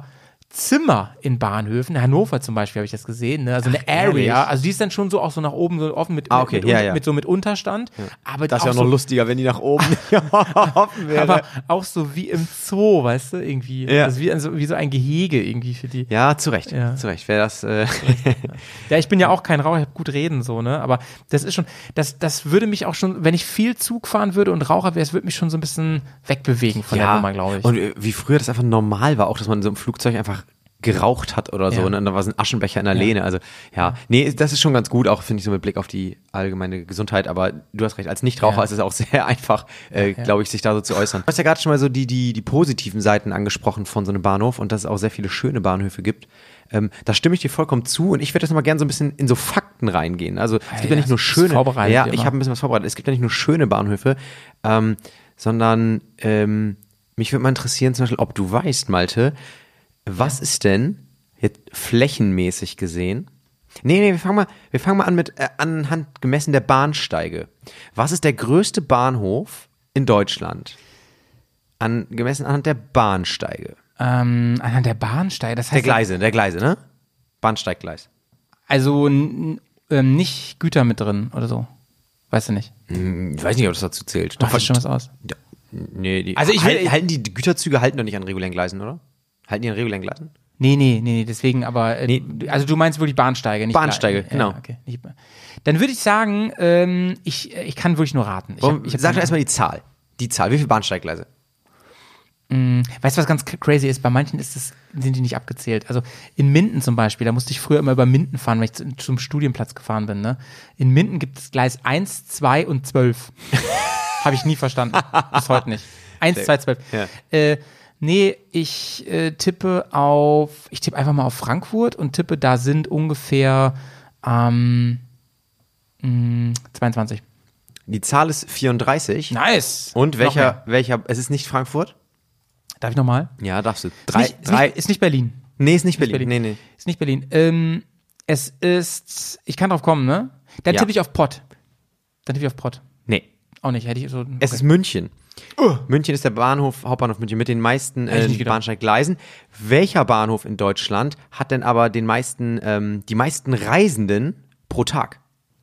Zimmer in Bahnhöfen. In Hannover zum Beispiel habe ich das gesehen, ne? Also eine Area. ehrlich? Also die ist dann schon so auch so nach oben so offen mit, Ah, okay, mit, ja, mit, ja. mit so mit Unterstand. Aber Das ist ja auch so, noch lustiger, wenn die nach oben offen wäre. aber auch so wie im Zoo, weißt du, irgendwie. Ja. Das ist wie, also, wie so ein Gehege irgendwie für die. Ja, zu Recht. Ja. Zu Recht. Wäre das. Äh Ja, ich bin ja auch kein Raucher, ich habe gut reden so, ne? Aber das ist schon, das, das würde mich auch schon, wenn ich viel Zug fahren würde und Raucher wäre, es würde mich schon so ein bisschen wegbewegen von der Nummer, glaube ich. Und äh, wie früher das einfach normal war, auch dass man in so einem Flugzeug einfach geraucht hat oder so, Ja. und dann war so ein Aschenbecher in der Ja. Lehne. Also ja, nee, das ist schon ganz gut, auch finde ich so mit Blick auf die allgemeine Gesundheit, aber du hast recht, als Nichtraucher Ja. ist es auch sehr einfach, äh, Ja. glaube ich, sich da so zu äußern. Du hast ja gerade schon mal so die, die, die positiven Seiten angesprochen von so einem Bahnhof und dass es auch sehr viele schöne Bahnhöfe gibt. Ähm, da stimme ich dir vollkommen zu und ich würde jetzt mal gerne so ein bisschen in so Fakten reingehen. Also es gibt ja nicht nur das ist schöne, vorbereitet ja, wie ich immer. habe ein bisschen was vorbereitet. Es gibt ja nicht nur schöne Bahnhöfe, ähm, sondern ähm, mich würde mal interessieren, zum Beispiel, ob du weißt, Malte, was ist denn jetzt flächenmäßig gesehen? Nee, nee, wir fangen mal, wir fangen mal an mit äh, anhand gemessen der Bahnsteige. Was ist der größte Bahnhof in Deutschland? An, gemessen anhand der Bahnsteige. Ähm, anhand der Bahnsteige, das heißt. Der Gleise, der Gleise, ne? Bahnsteiggleis. Also n- ähm, nicht Güter mit drin oder so. Weißt du nicht. Hm, ich weiß nicht, ob das dazu zählt. Macht das schon was aus? Ja, nee, die, Also ich will- halten, halten die Güterzüge halten doch nicht an regulären Gleisen, oder? Halten die an regulären Gleisen? Nee, nee, nee, nee, deswegen, aber, äh, Nee. also du meinst wirklich Bahnsteige, nicht Bahnsteige, Gle- genau. Ja, okay, nicht, dann würde ich sagen, ähm, ich, ich kann wirklich nur raten. Ich Warum, hab, ich hab sag doch keine erstmal die Zahl. Die Zahl, wie viele Bahnsteiggleise? Ahnung. Weißt du, was ganz crazy ist? Bei manchen ist es, sind die nicht abgezählt. Also in Minden zum Beispiel, da musste ich früher immer über Minden fahren, wenn ich zu, zum Studienplatz gefahren bin. Ne? In Minden gibt es Gleis eins, zwei und zwölf. Habe ich nie verstanden. Bis heute nicht. eins, zwei, zwölf. Ja. Äh, nee, ich äh, tippe auf, ich tippe einfach mal auf Frankfurt und tippe, da sind ungefähr ähm, mh, zweiundzwanzig. Die Zahl ist vierunddreißig. Nice. Und Noch welcher, mehr. welcher, es ist nicht Frankfurt? Darf ich nochmal? Ja, darfst du. Ist, Drei, nicht, ist, drei, nicht, ist nicht Berlin. nee, ist nicht Ist Berlin. Berlin. Nee, nee. Ist nicht Berlin. Ähm, es ist, ich kann drauf kommen, ne? Dann Ja. tippe ich auf Pott. Dann tippe ich auf Pott. Nee. Auch nicht, hätte ich so. Es ist München. München ist der Bahnhof, Hauptbahnhof München mit den meisten Hätte ich äh, nicht gedacht. Bahnsteiggleisen. Welcher Bahnhof in Deutschland hat denn aber den meisten, ähm, die meisten Reisenden pro Tag?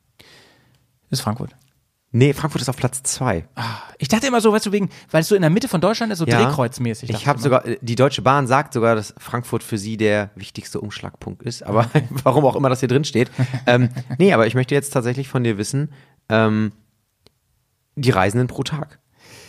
ist Frankfurt. Nee, Frankfurt ist auf Platz zwei. Ich dachte immer so, weißt du, wegen, weil es so in der Mitte von Deutschland ist, so Ja. drehkreuzmäßig. dachte Ich habe immer. sogar, äh, die Deutsche Bahn sagt sogar, dass Frankfurt für sie der wichtigste Umschlagpunkt ist. Aber warum auch immer das hier drin steht. ähm, nee, aber ich möchte jetzt tatsächlich von dir wissen, ähm, die Reisenden pro Tag.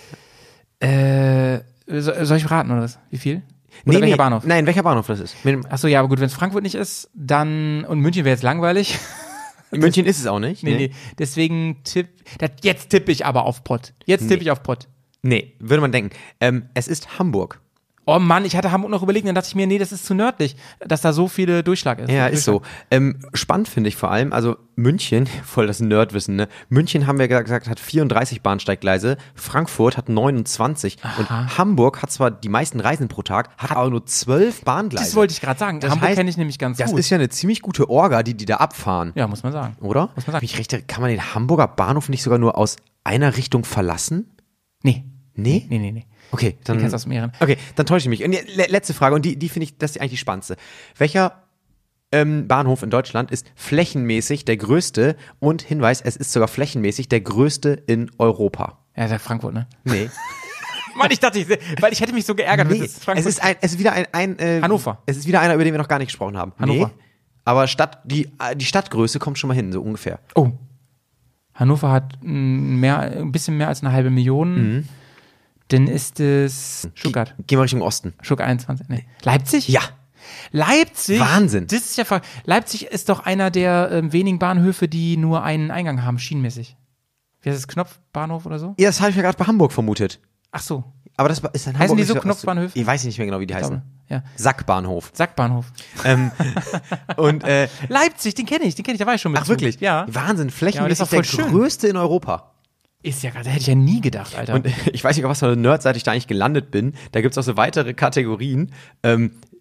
Äh, so- soll ich raten oder was? Wie viel? Oder welcher Bahnhof? Nein, welcher Bahnhof das ist. Mit, Achso, ja, aber gut, wenn es Frankfurt nicht ist, dann, und München wäre jetzt langweilig. in München ist es auch nicht. nee, nee, deswegen tipp, das, jetzt tippe ich aber auf Pott. Jetzt tippe Nee. ich auf Pott. Nee, würde man denken. Ähm, es ist Hamburg. Oh Mann, ich hatte Hamburg noch überlegt, dann dachte ich mir, nee, das ist zu nördlich, dass da so viele Durchschlag ist. Ja, ist so. Ähm, spannend finde ich vor allem, also München, voll das Nerdwissen, ne? München, haben wir gesagt, hat vierunddreißig Bahnsteiggleise, Frankfurt hat neunundzwanzig und Hamburg hat zwar die meisten Reisenden pro Tag, hat aber nur zwölf Bahngleise. Das wollte ich gerade sagen. Das Hamburg heißt, kenne ich nämlich ganz Das gut. ist ja eine ziemlich gute Orga, die die da abfahren, ja, muss man sagen. oder? Muss man sagen. Wenn ich recht habe, kann man den Hamburger Bahnhof nicht sogar nur aus einer Richtung verlassen? Nee. Nee? Nee, nee, nee. Okay, dann. Den kennst du aus mehreren. Okay, dann täusche ich mich. Und die le- letzte Frage, und die, die finde ich, das ist eigentlich die spannendste. Welcher ähm, Bahnhof in Deutschland ist flächenmäßig der größte und Hinweis, es ist sogar flächenmäßig der größte in Europa? Ja, der Frankfurt, ne? Nee. Mann, ich dachte, ich, weil ich hätte mich so geärgert, wenn nee. es Frankfurt Es ist ein, es ist wieder ein, ein äh, Hannover. Es ist wieder einer, über den wir noch gar nicht gesprochen haben. Hannover. Nee. Aber Stadt, die, äh, die Stadtgröße kommt schon mal hin, so ungefähr. Oh. Hannover hat mm, mehr, ein bisschen mehr als eine halbe Million. Mhm. Dann ist es Stuttgart. Gehen wir Richtung Osten. Stuttgart einundzwanzig. Nee. Leipzig? Ja. Leipzig? Wahnsinn. Das ist ja ver Leipzig ist doch einer der ähm, wenigen Bahnhöfe, die nur einen Eingang haben, schienenmäßig. Wie heißt das? Knopfbahnhof oder so? Ja, das habe ich mir gerade bei Hamburg vermutet. Ach so. Aber das ist ein Heißen Hamburg die nicht so aus- Knopfbahnhöfe? Ich weiß nicht mehr genau, wie die heißen. Ja. Sackbahnhof. Sackbahnhof. ähm, und äh, Leipzig, den kenne ich, den kenne ich, da war ich schon mit. ach zu. wirklich? Ja. Wahnsinn, Ja, flächenmäßig aber das der ist doch voll schön. größte in Europa. Ist ja gerade, da hätte ich ja nie gedacht, Alter. Und ich weiß nicht, auf was für eine Nerdseite ich da eigentlich gelandet bin. Da gibt's auch so weitere Kategorien. Ähm,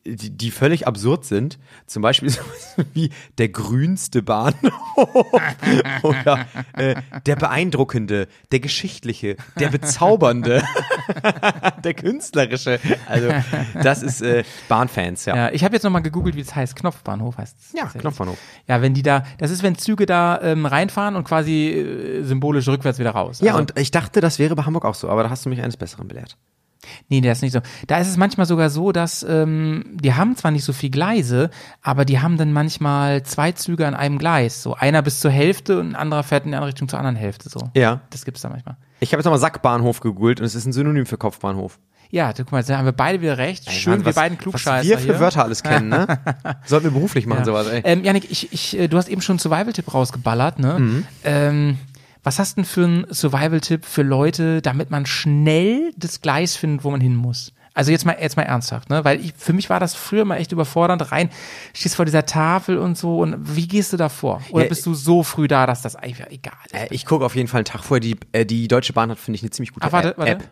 die, die völlig absurd sind. Zum Beispiel sowas wie der grünste Bahnhof oder äh, der beeindruckende, der geschichtliche, der bezaubernde, der künstlerische. Also das ist äh, Bahnfans, ja. Ja, ich habe jetzt nochmal gegoogelt, wie es heißt. Knopfbahnhof heißt es. Ja, Knopfbahnhof. Ja, wenn die da, das ist, wenn Züge da ähm, reinfahren und quasi äh, symbolisch rückwärts wieder raus. Ja, Also- und ich dachte, das wäre bei Hamburg auch so, aber da hast du mich eines Besseren belehrt. Nee, der ist nicht so. Da ist es manchmal sogar so, dass ähm, die haben zwar nicht so viel Gleise, aber die haben dann manchmal zwei Züge an einem Gleis. So einer bis zur Hälfte und ein anderer fährt in die andere Richtung zur anderen Hälfte. So. Ja. Das gibt's da manchmal. Ich habe jetzt nochmal Sackbahnhof gegoogelt und es ist ein Synonym für Kopfbahnhof. Ja, guck mal, da haben wir beide wieder recht. Schön, Mann, wir was, beiden was Klugscheißer wir für hier. Wörter alles kennen, ne? Sollten wir beruflich machen, Ja. sowas, ey. Ähm, Janik, ich, ich, äh, du hast eben schon einen Survival-Tipp rausgeballert, ne? Mhm. Ähm, was hast du denn für einen Survival-Tipp für Leute, damit man schnell das Gleis findet, wo man hin muss? Also jetzt mal, jetzt mal ernsthaft, ne? Weil ich, für mich war das früher mal echt überfordernd, rein, stehst vor dieser Tafel und so, und wie gehst du da vor? Oder Ja, bist du so früh da, dass das einfach egal ist? Äh, ich gucke auf jeden Fall einen Tag vorher. Die, äh, die Deutsche Bahn hat, finde ich, eine ziemlich gute Ach, warte, App. warte. App.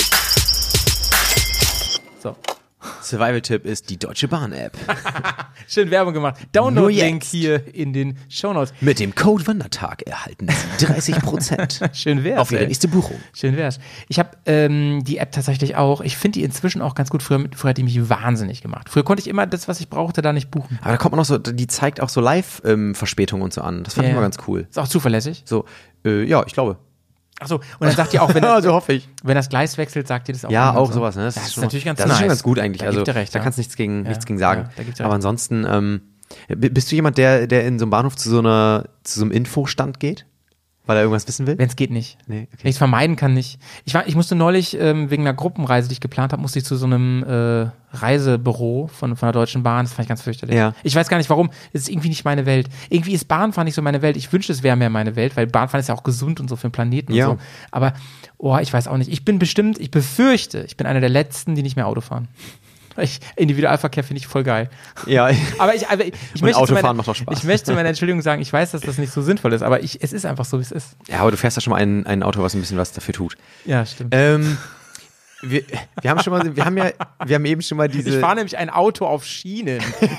So. Survival-Tipp ist die Deutsche Bahn-App. Schön Werbung gemacht. Nur Download-Link jetzt. hier in den Shownotes. Mit dem Code Wandertag erhalten Sie dreißig Prozent Schön wär's. auf Ihre ey. nächste Buchung. Schön wär's. Ich habe ähm, die App tatsächlich auch. Ich finde die inzwischen auch ganz gut. Früher, früher hat die mich wahnsinnig gemacht. Früher konnte ich immer das, was ich brauchte, da nicht buchen. Aber da kommt man noch so, die zeigt auch so Live-Verspätungen und so an. Das fand Ja, ich immer ja. ganz cool. Ist auch zuverlässig. So, äh, ja, ich glaube. Achso, und dann sagt die auch, wenn, Ja, das, so hoffe ich. wenn das Gleis wechselt, sagt ihr das auch. Ja, immer auch so. sowas. Ne? Das, Das ist, ist schon, natürlich ganz das nice. ist schon ganz gut eigentlich. Da also gibt ihr recht, da ja. kannst du nichts gegen, Ja, nichts gegen sagen. ja, da gibt ihr Aber recht. ansonsten, ähm, b- bist du jemand, der, der in so einem Bahnhof zu so einer, zu so einem Infostand geht? Weil er irgendwas wissen will? Wenn es geht, nicht. Nee, okay. Wenn ich es vermeiden kann, nicht. Ich, war, ich musste neulich, ähm, wegen einer Gruppenreise, die ich geplant habe, musste ich zu so einem äh, Reisebüro von, von der Deutschen Bahn. Das fand ich ganz fürchterlich. Ja. Ich weiß gar nicht, warum. Es ist irgendwie nicht meine Welt. Irgendwie ist Bahnfahren nicht so meine Welt. Ich wünschte, es wäre mehr meine Welt, weil Bahnfahren ist ja auch gesund und so für den Planeten Ja. und so. Aber, oh, ich weiß auch nicht. Ich bin bestimmt, ich befürchte, ich bin einer der Letzten, die nicht mehr Auto fahren. Ich, Individualverkehr finde ich voll geil. Ja. Aber ich, aber ich, ich, Und möchte zu Autofahren meiner, macht auch Spaß. ich möchte zu meiner Entschuldigung sagen, ich weiß, dass das nicht so sinnvoll ist, aber ich, es ist einfach so, wie es ist. Ja, aber du fährst ja schon mal ein, ein Auto, was ein bisschen was dafür tut. Ja, stimmt. Ähm, wir, wir haben schon mal, wir haben ja, wir haben eben schon mal diese Ich fahre nämlich ein Auto auf Schienen.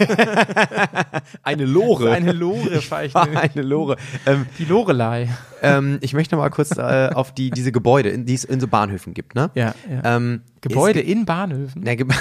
eine Lore. Eine Lore fahre ich. eine, eine Lore. Ähm, Die Lorelei. ähm, ich möchte noch mal kurz äh, auf die diese Gebäude, in, die es in so Bahnhöfen gibt, ne? Ja, ja. Ähm, Gebäude es, in Bahnhöfen. Na, Ge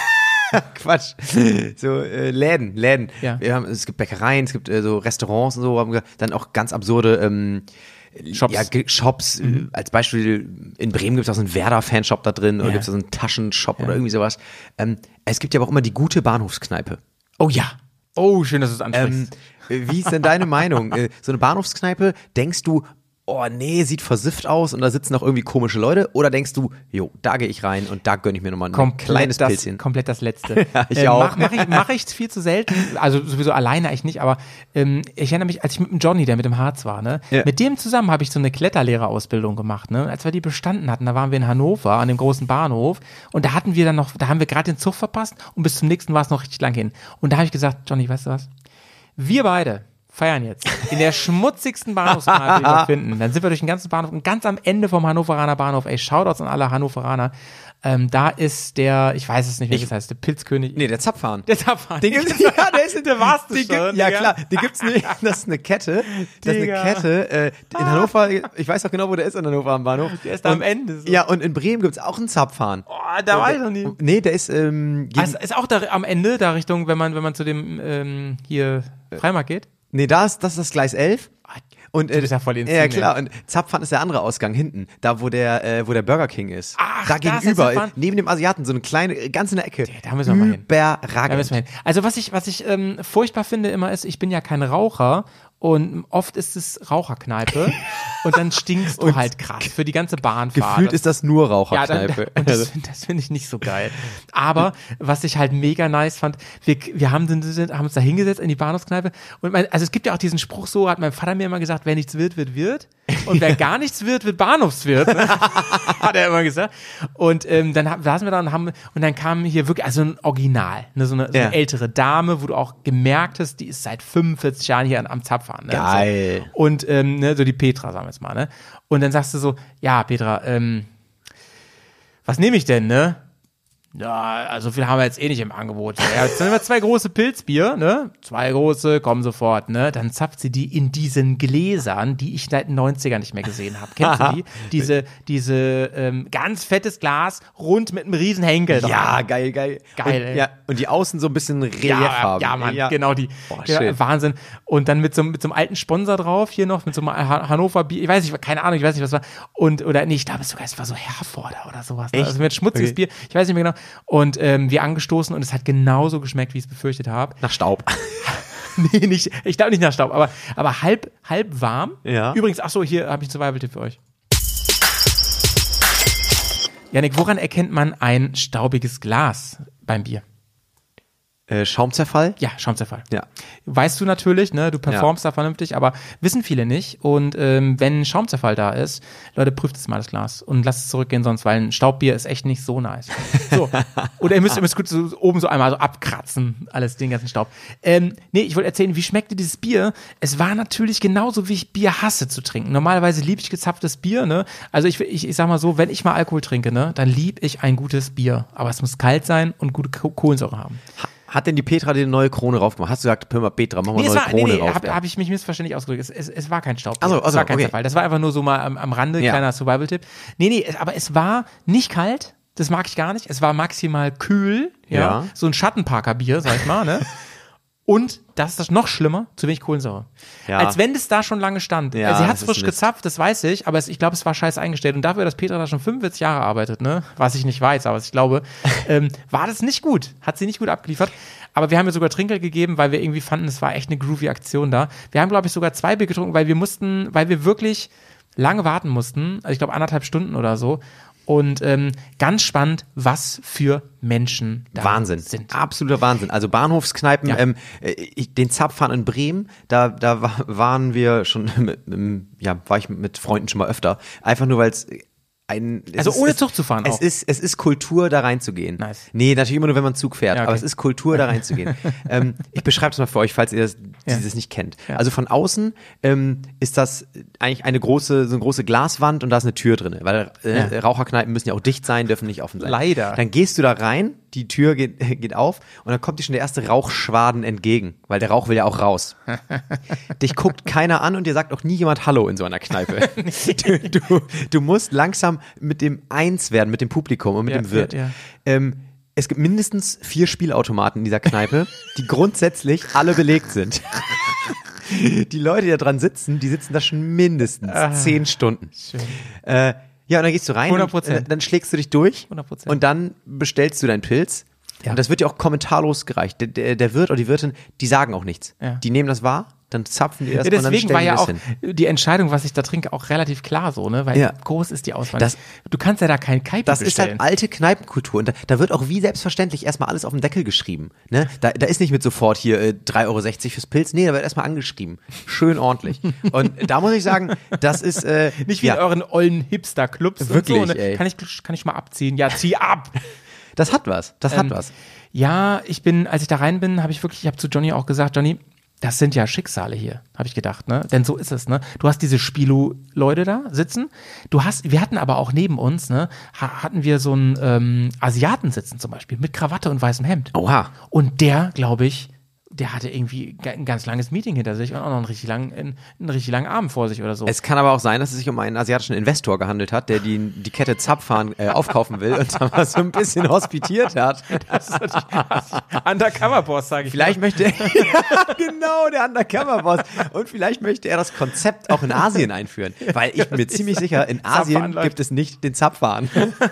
Quatsch. So äh, Läden, Läden. Ja. Wir haben, es gibt Bäckereien, es gibt äh, so Restaurants und so, haben wir dann auch ganz absurde ähm, Shops. Ja, Ge- Shops. Mhm. Äh, als Beispiel, in Bremen gibt es auch so einen Werder-Fanshop da drin oder Ja. gibt es so einen Taschenshop Ja. oder irgendwie sowas. Ähm, es gibt ja aber auch immer die gute Bahnhofskneipe. Oh ja. Oh, schön, dass du es Ähm, ansprichst. wie ist denn deine Meinung? Äh, so eine Bahnhofskneipe, denkst du, oh nee, sieht versifft aus und da sitzen noch irgendwie komische Leute? Oder denkst du, jo, da gehe ich rein und da gönne ich mir nochmal ein komplett kleines das, Pilzchen? Komplett das Letzte. Ja, ich ähm, auch. Mache mach ich, mach ich viel zu selten, also sowieso alleine eigentlich nicht, aber ähm, ich erinnere mich, als ich mit dem Johnny, der mit dem Harz war, ne, Ja. mit dem zusammen habe ich so eine Kletterlehrerausbildung gemacht, ne, als wir die bestanden hatten, da waren wir in Hannover an dem großen Bahnhof und da hatten wir dann noch, da haben wir gerade den Zug verpasst und bis zum nächsten war es noch richtig lang hin. Und da habe ich gesagt, Johnny, weißt du was? Wir beide feiern jetzt in der schmutzigsten Bahnhofskneipe, die wir finden. Dann sind wir durch den ganzen Bahnhof und ganz am Ende vom Hannoveraner Bahnhof, ey, Shoutouts an alle Hannoveraner, ähm, da ist der, ich weiß es nicht, wie das heißt, der Pilzkönig. Nee, der Zapfhahn. Der Zapfhahn. Den gibt's, ja, der ist, der warst du den schon, gibt, Ja, Digga. klar, den gibt's nicht. Das ist eine Kette. Das ist eine Digga. Kette. Äh, in Hannover, ich weiß auch genau, wo der ist in Hannover am Bahnhof. Der ist da am Ende so. Ja, und in Bremen gibt's auch einen Zapfhahn. Oh, da war ich noch nie. Nee, der ist, ähm, gegen, Also, ist auch da am Ende, da Richtung, wenn man, wenn man zu dem, ähm, hier, Freimarkt geht? nee, da ist, das ist das Gleis elf. Und, äh, Du bist ja voll ja, inszeniert. klar. Und Zapfhahn ist der andere Ausgang hinten. Da, wo der, äh, wo der Burger King ist. Ach, da da ist der gegenüber, Zapfhahn. neben dem Asiaten, so eine kleine, ganz in der Ecke. da müssen wir mal hin. Da Überragend. müssen wir hin. Also was ich, was ich ähm, furchtbar finde immer ist, ich bin ja kein Raucher und oft ist es Raucherkneipe und dann stinkst du halt krass für die ganze Bahnfahrt. Gefühlt ist das nur Ja, Raucherkneipe. dann, und das finde das find ich nicht so geil. Aber was ich halt mega nice fand, wir, wir haben, sind, haben uns da hingesetzt in die Bahnhofskneipe und mein, also es gibt ja auch diesen Spruch so, hat mein Vater mir immer gesagt, wer nichts wird, wird Wirt und wer gar nichts wird, wird Bahnhofswirt. Ne? Hat er immer gesagt. Und ähm, dann ha- saßen wir da und haben, und dann kam hier wirklich, also ein Original, ne, so, eine, so Ja. eine ältere Dame, wo du auch gemerkt hast, die ist seit fünfundvierzig Jahren hier an, am Zapfhahn. Ne? Geil. So. Und ähm, ne, so die Petra, sagen wir jetzt mal, ne? Und dann sagst du so, ja, Petra, ähm, was nehme ich denn, ne? Ja, also viel haben wir jetzt eh nicht im Angebot. Ja, jetzt nehmen wir zwei große Pilzbier, ne? Zwei große, kommen sofort, ne? Dann zapft sie die in diesen Gläsern, die ich seit den neunzigern nicht mehr gesehen habe. Kennst du die? Diese, diese ähm, ganz fettes Glas, rund mit einem riesen Henkel dran. Ja, geil, geil. Geil, und, ey. ja, und die Außen so ein bisschen Relieffarben. Ja, ja, Mann, ja. genau die. Boah, ja, schön. Wahnsinn. Und dann mit so, mit so einem alten Sponsor drauf, hier noch, mit so einem Han- Hannover Bier, ich weiß nicht, keine Ahnung, ich weiß nicht, was war. Und, oder, nee, ich glaube es sogar, es war so Herforder oder sowas. Ne? Echt? Also mit schmutziges Okay. Bier, ich weiß nicht mehr genau. Und ähm, wir angestoßen und es hat genauso geschmeckt, wie ich es befürchtet habe. Nach Staub. Nee, nicht, ich glaube nicht nach Staub, aber, aber halb, halb warm. Ja. Übrigens, ach so, hier habe ich einen Survival-Tipp für euch. Jannik, woran erkennt man ein staubiges Glas beim Bier? Äh, Schaumzerfall? Ja, Schaumzerfall. Ja. Weißt du natürlich, ne, du performst da vernünftig, aber wissen viele nicht. Und ähm, wenn Schaumzerfall da ist, Leute, prüft es mal das Glas und lasst es zurückgehen sonst, weil ein Staubbier ist echt nicht so nice. So. Oder ihr müsst, ihr müsst gut so, oben so einmal so abkratzen, alles, den ganzen Staub. Ähm, nee, ich wollte erzählen, wie schmeckte dieses Bier? Es war natürlich genauso, wie ich Bier hasse zu trinken. Normalerweise liebe ich gezapftes Bier, ne? Also ich, ich, ich sag mal so, wenn ich mal Alkohol trinke, ne, dann liebe ich ein gutes Bier. Aber es muss kalt sein und gute Ko- Kohlensäure haben. Hat denn die Petra dir eine neue Krone raufgemacht? Hast du gesagt, hör mal, Petra, mach mal Nee, eine es neue war, nee, Krone nee, rauf? hab, hab ich mich missverständlich ausgedrückt. Es, es, es war kein Staub. Ach so, es ach so, war kein okay. Zerfall. Das war einfach nur so mal am, am Rande, Ja. kleiner Survival-Tipp. Nee, nee, es, aber es war nicht kalt. Das mag ich gar nicht. Es war maximal kühl. Ja. Ja. So ein Schattenparker-Bier, sag ich mal, ne? Und, das ist das noch schlimmer, zu wenig Kohlensäure. Ja. Als wenn das da schon lange stand. Ja, Also sie hat das es ist frisch Mist. gezapft, das weiß ich, aber es, ich glaube, es war scheiße eingestellt. Und dafür, dass Petra da schon fünfundvierzig Jahre arbeitet, ne, was ich nicht weiß, aber was ich glaube, ähm, war das nicht gut. Hat sie nicht gut abgeliefert. Aber wir haben ihr sogar Trinkgeld gegeben, weil wir irgendwie fanden, es war echt eine groovy Aktion da. Wir haben, glaube ich, sogar zwei Bier getrunken, weil wir mussten, weil wir wirklich lange warten mussten. Also ich glaube, anderthalb Stunden oder so. Und ähm, ganz spannend, was für Menschen da Wahnsinn, sind. absoluter Wahnsinn. Also Bahnhofskneipen, Ja. ähm, äh, ich, den Zapfhahn in Bremen, da, da wa- waren wir schon, mit, ähm, ja, war ich mit Freunden schon mal öfter. Einfach nur, weil es ein... es Also ist, ohne es, Zug zu fahren Es auch. ist, es ist Kultur, da reinzugehen. Nice. Nee, natürlich immer nur, wenn man Zug fährt, Ja, okay. aber es ist Kultur, da reinzugehen. ähm, ich beschreibe es mal für euch, falls ihr das, Ja. dieses nicht kennt. Ja. Also von außen ähm, ist das eigentlich eine große, so eine große Glaswand und da ist eine Tür drin, weil äh, Ja. Raucherkneipen müssen ja auch dicht sein, dürfen nicht offen sein. Leider. Dann gehst du da rein, die Tür geht, geht auf und dann kommt dir schon der erste Rauchschwaden entgegen, weil der Rauch will ja auch raus. Dich guckt keiner an und dir sagt auch nie jemand Hallo in so einer Kneipe. du, du, du musst langsam mit dem eins werden, mit dem Publikum und mit Ja, dem Wirt. ja, ja. Ähm, es gibt mindestens vier Spielautomaten in dieser Kneipe, die grundsätzlich alle belegt sind. Die Leute, die da dran sitzen, die sitzen da schon mindestens zehn Stunden. Schön. Äh, ja, und dann gehst du rein, hundert Prozent. Und, äh, dann schlägst du dich durch hundert Prozent. und dann bestellst du deinen Pilz. Ja. Und das wird dir auch kommentarlos gereicht. Der, der, der Wirt oder die Wirtin, die sagen auch nichts. Ja. Die nehmen das wahr, dann zapfen die das Ja, und dann deswegen stellen war die ja das auch hin. die Entscheidung, was ich da trinke, auch relativ klar so, ne? Weil Ja. groß ist die Auswahl. Das- du kannst ja da kein Kaipi Das ist bestellen. halt alte Kneipenkultur. Und da, da wird auch wie selbstverständlich erstmal alles auf dem Deckel geschrieben. Ne? Da, da ist nicht mit sofort hier äh, drei Euro sechzig fürs Pilz. Nee, da wird erstmal angeschrieben. Schön ordentlich. Und da muss ich sagen, das ist äh, Nicht wie ja, in euren ollen Hipster-Clubs Wirklich, und so. Ne? ey. Kann ich, kann ich mal abziehen? Ja, zieh ab! das hat was. Das Ähm, hat was. Ja, ich bin, als ich da rein bin, habe ich wirklich, ich habe zu Johnny auch gesagt, Johnny, das sind ja Schicksale hier, habe ich gedacht, ne? Denn so ist es, ne? Du hast diese Spilo-Leute da sitzen. Du hast, wir hatten aber auch neben uns, ne, ha- hatten wir so einen ähm, Asiaten sitzen zum Beispiel mit Krawatte und weißem Hemd. Oha. Und der, glaube ich, der hatte irgendwie ein ganz langes Meeting hinter sich und auch noch einen richtig langen, einen, einen richtig langen Abend vor sich oder so. Es kann aber auch sein, dass es sich um einen asiatischen Investor gehandelt hat, der die, die Kette Zapfhahn äh, aufkaufen will und da mal so ein bisschen hospitiert hat. Das ist natürlich Undercover-Boss, sage ich. Vielleicht möchte er, ja, genau, der Undercover-Boss. Und vielleicht möchte er das Konzept auch in Asien einführen. Weil ich bin mir ziemlich sicher, in Asien Zapfhahn läuft. gibt es nicht den Zapfhahn.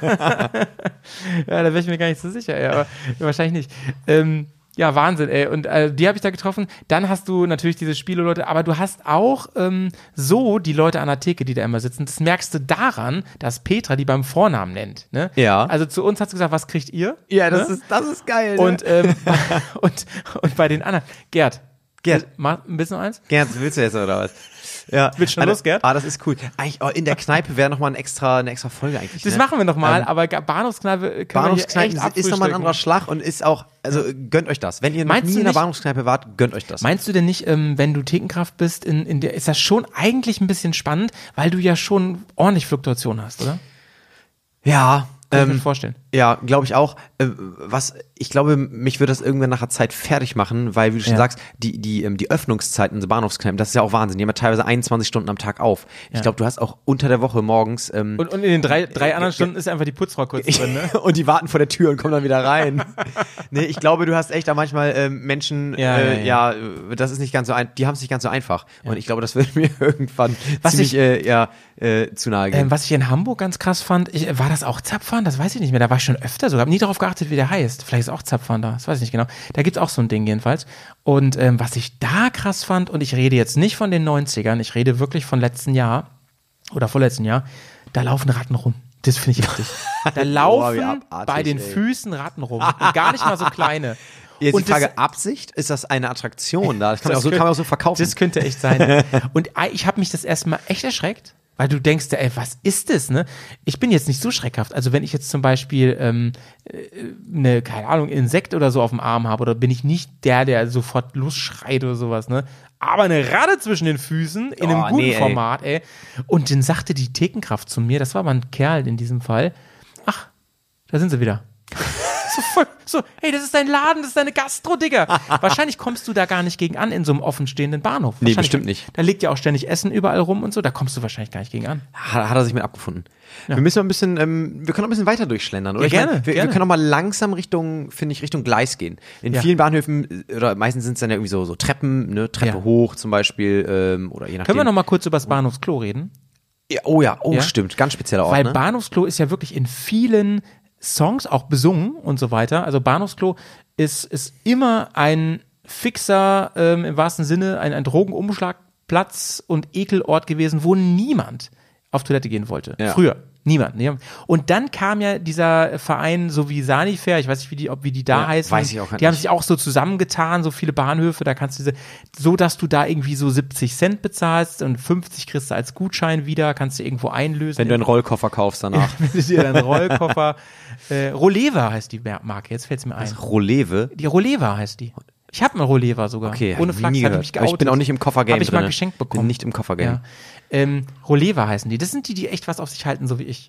Ja, da wäre ich mir gar nicht so sicher, ey, aber wahrscheinlich nicht. Ähm, ja, Wahnsinn, ey. Und äh, die habe ich da getroffen. Dann hast du natürlich diese Spiele-Leute, aber du hast auch ähm, so die Leute an der Theke, die da immer sitzen. Das merkst du daran, dass Petra die beim Vornamen nennt. Ne? Ja. Also zu uns hat sie gesagt, was kriegt ihr? Ja, das Ne? ist, das ist geil. Und, ähm, und, und bei den anderen, Gerd. Gerd. Mach ein bisschen eins. Gerd, willst du jetzt oder was? Ja. Willst du schon Ah, los, Gerd? Ah, das ist cool. Eigentlich, oh, in der Kneipe wäre nochmal ein extra, eine extra Folge eigentlich. Das ne? machen wir nochmal, Ähm, aber Ga- Bahnhofskneipe können Bahnhofskneipen wir hier echt ist nochmal ein abfrühstücken. anderer Schlag und ist auch, also gönnt euch das. Wenn ihr noch Meinst nie du in der nicht- Bahnhofskneipe wart, gönnt euch das. Meinst du denn nicht, ähm, wenn du Thekenkraft bist, in, in der, ist das schon eigentlich ein bisschen spannend, weil du ja schon ordentlich Fluktuation hast, oder? ja, Kann ich mir ähm, vorstellen. Ja, glaube ich auch. Äh, was, ich glaube, mich würde das irgendwann nach der Zeit fertig machen, weil, wie du schon Ja. sagst, die, die, ähm, die Öffnungszeiten in so Bahnhofskneipen, das ist ja auch Wahnsinn. Die haben ja teilweise einundzwanzig Stunden am Tag auf. Ich Ja. glaube, du hast auch unter der Woche morgens. Ähm, Und, und in den drei, drei anderen Stunden ist einfach die Putzfrau kurz drin, ne? und die warten vor der Tür und kommen dann wieder rein. Nee, ich glaube, du hast echt da manchmal ähm, Menschen, Ja, äh, ja, ja, äh, das ist nicht ganz so ein, die haben es nicht ganz so einfach. Und ich glaube, das würde mir irgendwann Was ziemlich ich- äh, ja, äh, zu nahe gehen. Ähm, was ich in Hamburg ganz krass fand, ich, war das auch Zapfhahn? Das weiß ich nicht mehr. Da war ich schon öfter sogar. Hab nie darauf geachtet, wie der heißt. Vielleicht ist auch Zapfhahn da. Das weiß ich nicht genau. Da gibt's auch so ein Ding jedenfalls. Und ähm, was ich da krass fand, und ich rede jetzt nicht von den neunzigern, ich rede wirklich von letzten Jahr oder vorletzten Jahr, da laufen Ratten rum. Das finde ich richtig. Da laufen wie abartig, bei den ey. Füßen Ratten rum. Und gar nicht mal so kleine. Jetzt Und die Frage, das- Absicht? Ist das eine Attraktion da? Das kann, man Das auch so, könnt- kann man auch so verkaufen. Das könnte echt sein. Und äh, ich habe mich das erstmal echt erschreckt, weil du denkst, ey, was ist das, ne? Ich bin jetzt nicht so schreckhaft. Also wenn ich jetzt zum Beispiel ähm, äh, eine, keine Ahnung, Insekt oder so auf dem Arm habe, oder bin ich nicht der, der sofort losschreit oder sowas, ne? Aber eine Ratte zwischen den Füßen in einem Oh, guten nee, ey. Format, ey. Und dann sagte die Thekenkraft zu mir, das war aber ein Kerl in diesem Fall, ach, da sind sie wieder. So voll, so, hey, das ist dein Laden, das ist deine Gastro, Digga. Wahrscheinlich kommst du da gar nicht gegen an in so einem offenstehenden Bahnhof. Nee, Wahrscheinlich- bestimmt nicht. Da liegt ja auch ständig Essen überall rum und so, da kommst du wahrscheinlich gar nicht gegen an. Hat, hat er sich mit abgefunden. Wir müssen mal ein bisschen, ähm, wir können noch ein bisschen weiter durchschlendern, oder? Ja, Ich mein, gerne, wir, gerne. wir können noch mal langsam Richtung, finde ich, Richtung Gleis gehen. In Ja. vielen Bahnhöfen, äh, oder meistens sind es dann ja irgendwie so, so Treppen, ne, Treppe Ja. hoch zum Beispiel, ähm, oder je nachdem. Können wir noch mal kurz über das Bahnhofsklo reden? Ja, oh ja, oh Ja? stimmt, ganz spezieller Ort, Weil ne? Bahnhofsklo ist ja wirklich in vielen Songs auch besungen und so weiter. Also Bahnhofsklo ist, ist immer ein fixer, ähm, im wahrsten Sinne, ein, ein Drogenumschlagplatz und Ekelort gewesen, wo niemand auf Toilette gehen wollte. Ja. Früher. Niemand. Ne? Und dann kam ja dieser Verein, so wie Sanifair, ich weiß nicht, wie die, ob wie die da Ja, heißen. weiß ich auch Die nicht. haben sich auch so zusammengetan, so viele Bahnhöfe, da kannst du diese, so dass du da irgendwie so siebzig Cent bezahlst und fünfzig kriegst du als Gutschein wieder, kannst du irgendwo einlösen. Wenn du einen Rollkoffer kaufst danach. Wenn du dir deinen Rollkoffer, äh, Roleva heißt die Marke, jetzt fällt's mir ein. Roleve. Die Roleva heißt die. Ich habe einen Roleva sogar. Okay, Ohne hab ich Flachs nie hatte gehört. mich Aber geoutet. ich bin auch nicht im Koffergame Habe ich mal drinne. geschenkt bekommen. Bin nicht im Koffergame. Ja. Ähm, Roleva heißen die. Das sind die, die echt was auf sich halten, so wie ich.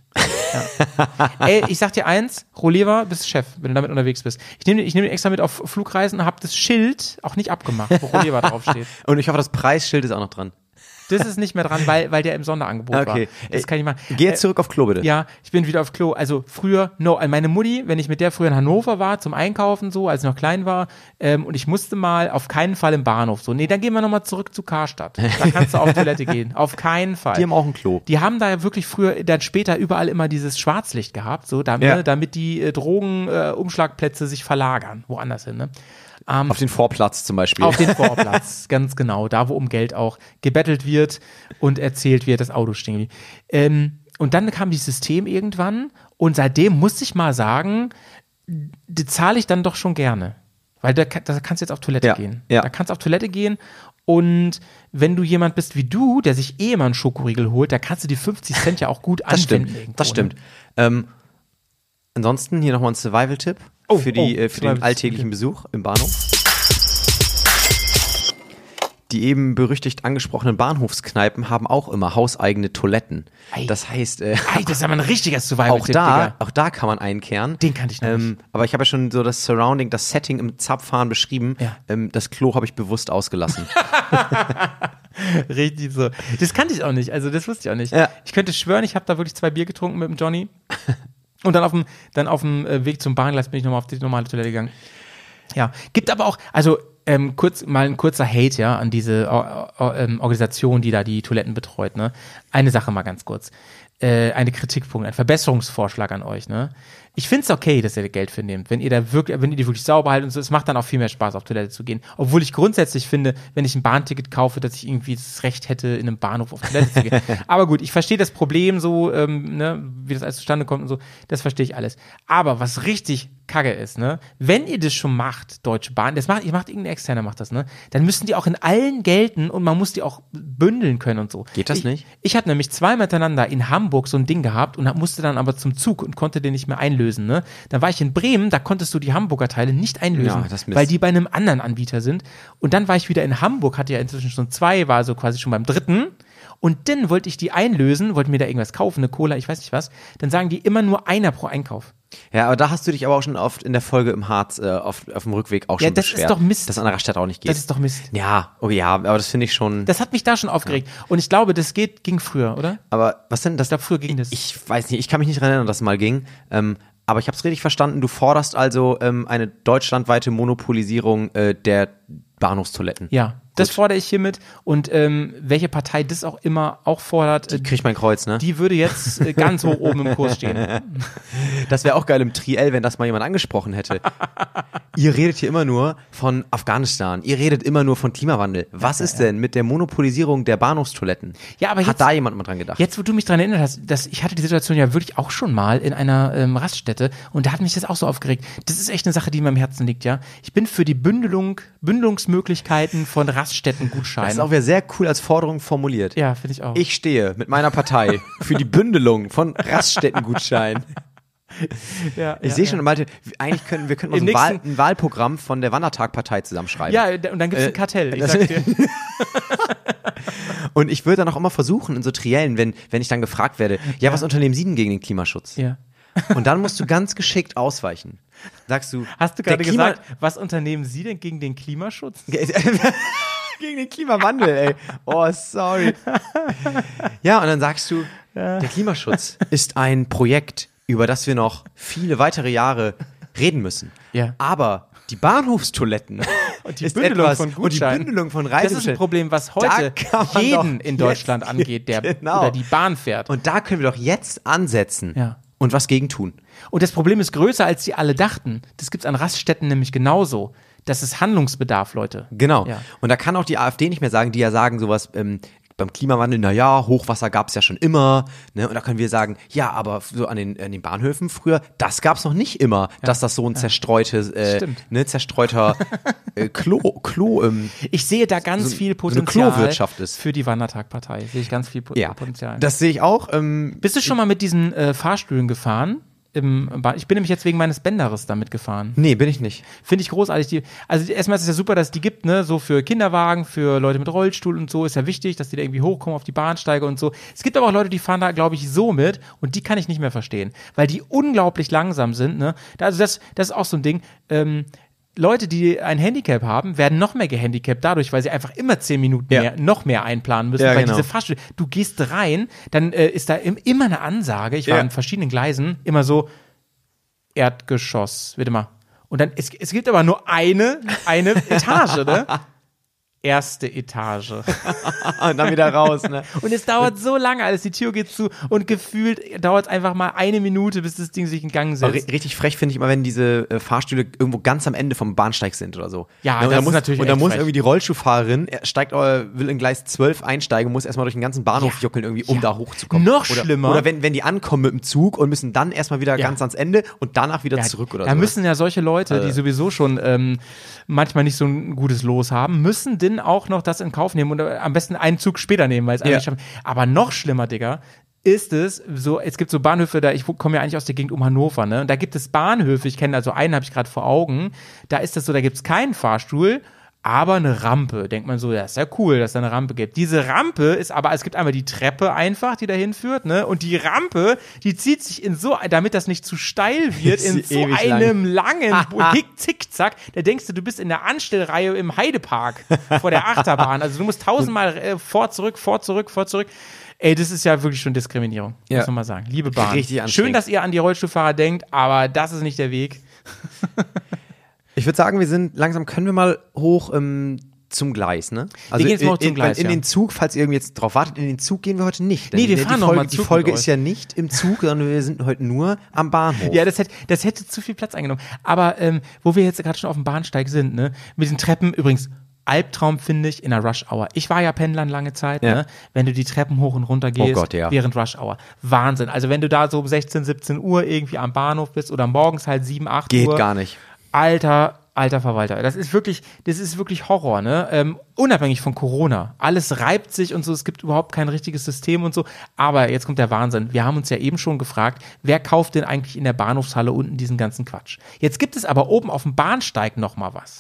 Ja. Ey, ich sag dir eins, Roleva, bist Chef, wenn du damit unterwegs bist. Ich nehme ich nehm den extra mit auf Flugreisen und habe das Schild auch nicht abgemacht, wo Roleva draufsteht. Und ich hoffe, das Preisschild ist auch noch dran. Das ist nicht mehr dran, weil, weil der im Sonderangebot Okay. war. Das kann ich machen. Geh jetzt zurück auf Klo, bitte. Ja, ich bin wieder auf Klo. Also früher, no, meine Mutti, wenn ich mit der früher in Hannover war, zum Einkaufen so, als ich noch klein war, ähm, und ich musste mal auf keinen Fall im Bahnhof so, nee, dann gehen wir nochmal zurück zu Karstadt. Da kannst du auf Toilette gehen. Auf keinen Fall. Die haben auch ein Klo. Die haben da wirklich früher, dann später überall immer dieses Schwarzlicht gehabt, so, damit, Ja. ne, damit die äh, Drogenumschlagplätze äh, Umschlagplätze sich verlagern, woanders hin, ne? Auf den Vorplatz zum Beispiel. Auf den Vorplatz, ganz genau, da wo um Geld auch gebettelt wird und erzählt wird, das Auto stehen geblieben. Ähm, und dann kam dieses System irgendwann und seitdem musste ich mal sagen, die zahle ich dann doch schon gerne. Weil da, da kannst du jetzt auf Toilette Ja, gehen. ja. Da kannst du auf Toilette gehen und wenn du jemand bist wie du, der sich eh immer einen Schokoriegel holt, da kannst du die fünfzig Cent ja auch gut Das anwenden. stimmt, irgendwo, das ne? stimmt. Ähm, ansonsten hier nochmal ein Survival-Tipp Oh, für, die, oh, äh, für den Survival-Tipp. alltäglichen Besuch im Bahnhof. Die eben berüchtigt angesprochenen Bahnhofskneipen haben auch immer hauseigene Toiletten. Ei. Das heißt, äh, Ey, das ist aber ein richtiger auch Survival-Tipp, da, Digga. auch da kann man einkehren. Den kannte ich noch ähm, Aber ich habe ja schon so das Surrounding, das Setting im Zapfhahn beschrieben. Ja. Ähm, das Klo habe ich bewusst ausgelassen. Richtig so. Das kannte ich auch nicht, also das wusste ich auch nicht. Ja. Ich könnte schwören, ich habe da wirklich zwei Bier getrunken mit dem Johnny. Und dann auf dem, dann auf dem äh, Weg zum Bahngleis bin ich nochmal auf die normale Toilette gegangen. Ja, gibt aber auch, also ähm, kurz mal ein kurzer Hate, ja, an diese o- o- ähm, Organisation, die da die Toiletten betreut, ne. Eine Sache mal ganz kurz. Äh, eine Kritikpunkt, ein Verbesserungsvorschlag an euch, ne. Ich find's okay, dass ihr Geld für nehmt, wenn ihr da wirklich, wenn ihr die wirklich sauber haltet und so, es macht dann auch viel mehr Spaß, auf Toilette zu gehen. Obwohl ich grundsätzlich finde, wenn ich ein Bahnticket kaufe, dass ich irgendwie das Recht hätte, in einem Bahnhof auf Toilette zu gehen. Aber gut, ich verstehe das Problem so, ähm, ne, wie das alles zustande kommt und so, das verstehe ich alles. Aber was richtig Kacke ist, ne, wenn ihr das schon macht, Deutsche Bahn, das macht, ihr macht irgendein Externer macht das, ne, dann müssen die auch in allen gelten und man muss die auch bündeln können und so. Geht das ich, nicht? Ich hatte nämlich zweimal hintereinander in Hamburg so ein Ding gehabt und hab- musste dann aber zum Zug und konnte den nicht mehr einlösen, ne. Dann war ich in Bremen, da konntest du die Hamburger Teile nicht einlösen, Ja, das ist Mist. weil die bei einem anderen Anbieter sind. Und dann war ich wieder in Hamburg, hatte ja inzwischen schon zwei, war so quasi schon beim dritten. Und dann wollte ich die einlösen, wollte mir da irgendwas kaufen, eine Cola, ich weiß nicht was. Dann sagen die immer nur einer pro Einkauf. Ja, aber da hast du dich aber auch schon oft in der Folge im Harz äh, auf, auf dem Rückweg auch Ja, schon das ist beschwert. doch Mist. Dass an der Raststätte auch nicht geht. Das ist doch Mist. Ja, okay, ja, aber das finde ich schon. Das hat mich da schon aufgeregt. Und ich glaube, das geht, ging früher, oder? Aber was denn das? Ich glaube, früher ging das. Ich weiß nicht, ich kann mich nicht daran erinnern, dass es mal ging. Ähm, aber ich habe es richtig verstanden. Du forderst also ähm, eine deutschlandweite Monopolisierung äh, der Bahnhofstoiletten. Ja, das Gut. fordere ich hiermit. Und ähm, welche Partei das auch immer auch fordert, äh, Krieg mein Kreuz, ne? die würde jetzt äh, ganz hoch oben im Kurs stehen. Das wäre auch geil im Triell, wenn das mal jemand angesprochen hätte. Ihr redet hier immer nur von Afghanistan. Ihr redet immer nur von Klimawandel. Was ist denn mit der Monopolisierung der Bahnhofstoiletten? Ja, aber Hat jetzt, da jemand mal dran gedacht? jetzt, wo du mich dran erinnert hast, dass ich hatte die Situation ja wirklich auch schon mal in einer ähm, Raststätte und da hat mich das auch so aufgeregt. Das ist echt eine Sache, die mir am Herzen liegt, ja. Ich bin für die Bündelung, Bündelungsmöglichkeiten von Raststättengutscheinen. Das ist auch wieder sehr cool als Forderung formuliert. Ja, finde ich auch. Ich stehe mit meiner Partei für die Bündelung von Raststättengutscheinen. ja, Ich ja, sehe ja. schon, Malte, eigentlich können wir können mal so Im ein, Wahl, nächsten- ein Wahlprogramm von der Wandertag-Partei zusammenschreiben. Ja, d- und dann gibt es Äh, ein Kartell. Ich das- sag dir. Und ich würde dann auch immer versuchen, in so Triellen, wenn, wenn ich dann gefragt werde, ja, was unternehmen Sie denn gegen den Klimaschutz? Ja. Und dann musst du ganz geschickt ausweichen. Sagst du, Hast du der gerade Klima- gesagt, was unternehmen Sie denn gegen den Klimaschutz? Gegen den Klimawandel, ey. Oh, sorry. Ja, und dann sagst du, der Klimaschutz ist ein Projekt, über das wir noch viele weitere Jahre reden müssen. Ja. Aber die Bahnhofstoiletten Und die ist Bündelung etwas, von und die Gutscheinen. Bündelung von Das ist ein Reisegutscheinen. Problem, was Da heute kann man jeden doch in jetzt- Deutschland angeht, der Genau. oder die Bahn fährt. Und da können wir doch jetzt ansetzen Ja. und was gegen tun. Und das Problem ist größer, als die alle dachten. Das gibt's an Raststätten nämlich genauso. Das ist Handlungsbedarf, Leute. Genau. Ja. Und da kann auch die AfD nicht mehr sagen, die ja sagen sowas, ähm, beim Klimawandel, na ja, Hochwasser gab's ja schon immer, ne? Und da können wir sagen, ja, aber so an den, an den Bahnhöfen früher, das gab's noch nicht immer, dass das so ein zerstreutes, äh, Stimmt. ne, zerstreuter äh, Klo, Klo, ähm, Ich sehe da ganz So- viel so eine Potenzial Klowirtschaft ist. für die Wandertag-Partei. Sehe ich ganz viel Po- ja, Potenzial. das sehe ich auch. Ähm, Bist du schon mal mit diesen äh, Fahrstühlen gefahren? Im Bahn? Ich bin nämlich jetzt wegen meines Bänderes damit gefahren. nee, bin ich nicht. Finde ich großartig. Die, also erstmal ist es ja super, dass es die gibt, ne, so für Kinderwagen, für Leute mit Rollstuhl und so, ist ja wichtig, dass die da irgendwie hochkommen auf die Bahnsteige und so. Es gibt aber auch Leute, die fahren da, glaube ich, so mit und die kann ich nicht mehr verstehen, weil die unglaublich langsam sind, ne. Da- Also das, das ist auch so ein Ding, ähm, Leute, die ein Handicap haben, werden noch mehr gehandicapt dadurch, weil sie einfach immer zehn Minuten Ja. mehr, noch mehr einplanen müssen, Ja, weil genau. diese Fahrstühle, du gehst rein, dann äh, ist da im, immer eine Ansage, ich war Ja. an verschiedenen Gleisen, immer so, Erdgeschoss, bitte mal. Und dann, es, es gibt aber nur eine, eine Etage, ne? Erste Etage. Und dann wieder raus, ne? Und es dauert so lange, als die Tür geht zu und gefühlt dauert es einfach mal eine Minute, bis das Ding sich in Gang Aber setzt. ri- richtig frech finde ich immer, wenn diese äh, Fahrstühle irgendwo ganz am Ende vom Bahnsteig sind oder so. Ja, und das dann ist muss, natürlich Und dann echt muss frech. irgendwie die Rollstuhlfahrerin, er steigt, äh, will in Gleis zwölf einsteigen, muss erstmal durch den ganzen Bahnhof Ja. juckeln irgendwie, um Ja. da hochzukommen. Noch oder, schlimmer. Oder wenn, wenn die ankommen mit dem Zug und müssen dann erstmal wieder Ja. ganz ans Ende und danach wieder Ja, zurück oder da so. müssen ja solche Leute, die Äh. sowieso schon ähm, manchmal nicht so ein gutes Los haben, müssen denn auch noch das in Kauf nehmen und äh, am besten einen Zug später nehmen, weil es Ja. eigentlich schaffen. Aber noch schlimmer, Digga, ist es so, es gibt so Bahnhöfe, da ich komme ja eigentlich aus der Gegend um Hannover, ne? Und da gibt es Bahnhöfe, ich kenne also einen, habe ich gerade vor Augen, da ist das so, da gibt es keinen Fahrstuhl, aber eine Rampe. Denkt man so, ja, ist ja cool, dass es da eine Rampe gibt. Diese Rampe ist aber, es gibt einmal die Treppe einfach, die dahin führt, ne? Und die Rampe, die zieht sich in so, damit das nicht zu steil wird, Ist in sie so ewig lang. einem langen Hick- Zickzack. Da denkst du, du bist in der Anstellreihe im Heidepark vor der Achterbahn. Also du musst tausendmal äh, vor, zurück, vor, zurück, vor, zurück. Ey, das ist ja wirklich schon Diskriminierung, Ja. muss man mal sagen. Liebe Bahn. Richtig anstrengend. Schön, dass ihr an die Rollstuhlfahrer denkt, aber das ist nicht der Weg. Ich würde sagen, wir sind langsam, können wir mal hoch ähm, zum Gleis, ne? Also gehen jetzt mal hoch zum in, Gleis, in ja. den Zug, falls ihr irgendwie jetzt drauf wartet, in den Zug gehen wir heute nicht. Denn Nee, wir die fahren noch Folge, mal Die Zug Folge mit ist euch. ja nicht im Zug, sondern wir sind heute nur am Bahnhof. Ja, das hätte, das hätte zu viel Platz eingenommen. Aber ähm, wo wir jetzt gerade schon auf dem Bahnsteig sind, ne, mit den Treppen, übrigens, Albtraum finde ich in der Rush Hour. Ich war ja Pendlern lange Zeit, Ja. ne, wenn du die Treppen hoch und runter gehst, Oh Gott, ja. während Rush Hour. Wahnsinn. Also wenn du da so um sechzehn, siebzehn Uhr irgendwie am Bahnhof bist oder morgens halt sieben, acht Geht Uhr. gar nicht. Alter, alter Verwalter. Das ist wirklich, das ist wirklich Horror, ne? Ähm, unabhängig von Corona. Alles reibt sich und so, es gibt überhaupt kein richtiges System und so. Aber jetzt kommt der Wahnsinn. Wir haben uns ja eben schon gefragt, wer kauft denn eigentlich in der Bahnhofshalle unten diesen ganzen Quatsch? Jetzt gibt es aber oben auf dem Bahnsteig noch mal was.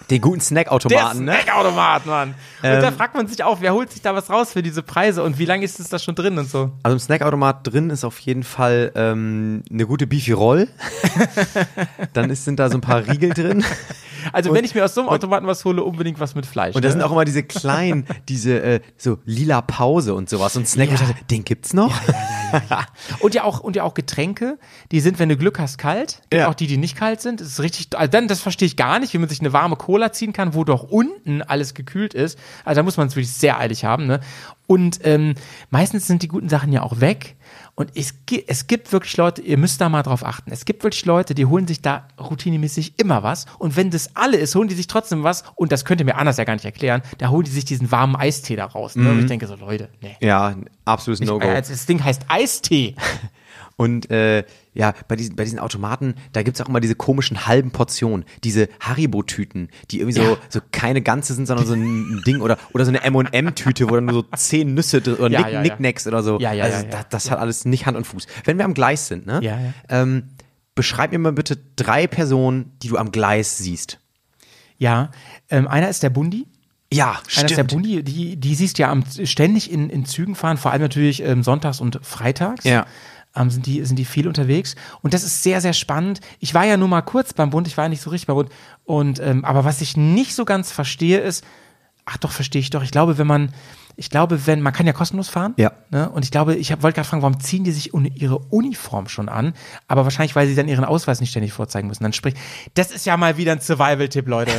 Den guten Snackautomaten, Der ne? Snackautomat, Mann. Und Ähm, da fragt man sich auch, wer holt sich da was raus für diese Preise und wie lange ist es da schon drin und so? Also im Snackautomat drin ist auf jeden Fall ähm, eine gute Beefy Roll. Dann ist, sind da so ein paar Riegel drin. Also Und- wenn ich mir aus so einem Automaten was hole, unbedingt was mit Fleisch. Und da ne? sind auch immer diese kleinen, diese äh, so lila Pause und sowas. Und Snack, wo ich Ja. dachte, den gibt's noch? Und ja auch und ja auch Getränke, die sind, wenn du Glück hast, kalt. Gibt Ja. auch die, die nicht kalt sind. Das ist richtig. Also dann, das verstehe ich gar nicht, wie man sich eine warme Cola ziehen kann, wo doch unten alles gekühlt ist. Also da muss man es wirklich sehr eilig haben. Ne? Und ähm, meistens sind die guten Sachen ja auch weg. Und es, gi- es gibt wirklich Leute, ihr müsst da mal drauf achten. Es gibt wirklich Leute, die holen sich da routinemäßig immer was. Und wenn das alle ist, holen die sich trotzdem was. Und das könnt ihr mir anders ja gar nicht erklären. Da holen die sich diesen warmen Eistee da raus. Ne? Und ich denke so, Leute, nee. Ja, absolutes No-Go. Äh, Das Ding heißt Eistee. Und äh, ja, bei diesen, bei diesen Automaten, da gibt's auch immer diese komischen halben Portionen, diese Haribo-Tüten, die irgendwie so, Ja. so keine ganze sind, sondern so ein Ding oder, oder so eine M und M-Tüte, wo dann nur so zehn Nüsse drin oder Ja, Nick, ja, ja. Nicknacks oder so. Ja, ja, also ja, ja. Das, das hat alles nicht Hand und Fuß. Wenn wir am Gleis sind, ne? Ja, ja. Ähm, beschreib mir mal bitte drei Personen, die du am Gleis siehst. Ja, ähm, einer ist der Bundi. Ja, Einer ist der Bundi, die, die siehst du ja am, ständig in, in Zügen fahren, vor allem natürlich ähm, sonntags und freitags. Ja. Ähm, sind, die, sind die viel unterwegs. Und das ist sehr, sehr spannend. Ich war ja nur mal kurz beim Bund, ich war ja nicht so richtig beim Bund. Und, ähm, aber was ich nicht so ganz verstehe ist, ach doch, verstehe ich doch. Ich glaube, wenn man, ich glaube, wenn, man kann ja kostenlos fahren. Ja. Ne? Und ich glaube, ich hab- wollte gerade fragen, warum ziehen die sich uni- ihre Uniform schon an? Aber wahrscheinlich, weil sie dann ihren Ausweis nicht ständig vorzeigen müssen. Dann sprich, das ist ja mal wieder ein Survival-Tipp, Leute.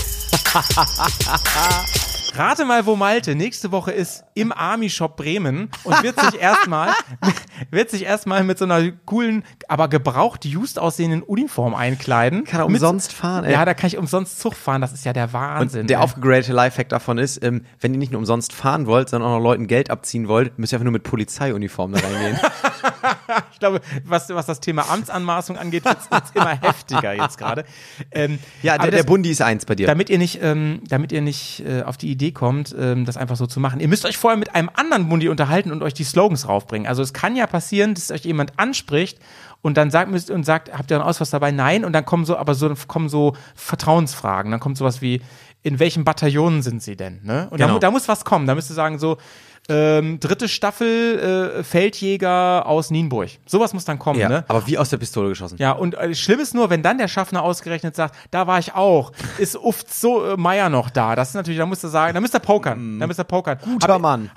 Rate mal, wo Malte nächste Woche ist im Army-Shop Bremen und wird sich erstmal wird sich erstmal mit so einer coolen, aber gebraucht just aussehenden Uniform einkleiden. Kann er Mit- umsonst fahren, ey. Ja, da kann ich umsonst Zug fahren. Das ist ja der Wahnsinn. Und der ey. aufgegradete Lifehack davon ist, ähm, wenn ihr nicht nur umsonst fahren wollt, sondern auch noch Leuten Geld abziehen wollt, müsst ihr einfach nur mit Polizeiuniform da reingehen. Ich glaube, was, was das Thema Amtsanmaßung angeht, wird es immer heftiger jetzt gerade. Ähm, Ja, aber der, der das- Bundi ist eins bei dir. Damit ihr nicht, ähm, damit ihr nicht äh, auf die Idee kommt, ähm, das einfach so zu machen. Ihr müsst euch vorher mit einem anderen Bundi unterhalten und euch die Slogans raufbringen. Also es kann ja passieren, dass euch jemand anspricht und dann sagt müsst und sagt, habt ihr einen Ausweis dabei? Nein. Und dann kommen so, aber so kommen so Vertrauensfragen. Dann kommt sowas wie, in welchen Bataillonen sind sie denn? Ne? Und Genau. da, mu- da muss was kommen. Da müsst ihr sagen so, ähm, dritte Staffel äh, Feldjäger aus Nienburg. Sowas muss dann kommen, ja, ne? aber wie aus der Pistole geschossen. Ja, und äh, schlimm ist nur, wenn dann der Schaffner ausgerechnet sagt, da war ich auch, ist oft so äh, Meier noch da. Das ist natürlich, da musst du sagen, da müsst ihr pokern. Da müsst ihr pokern. Guter Aber- Mann.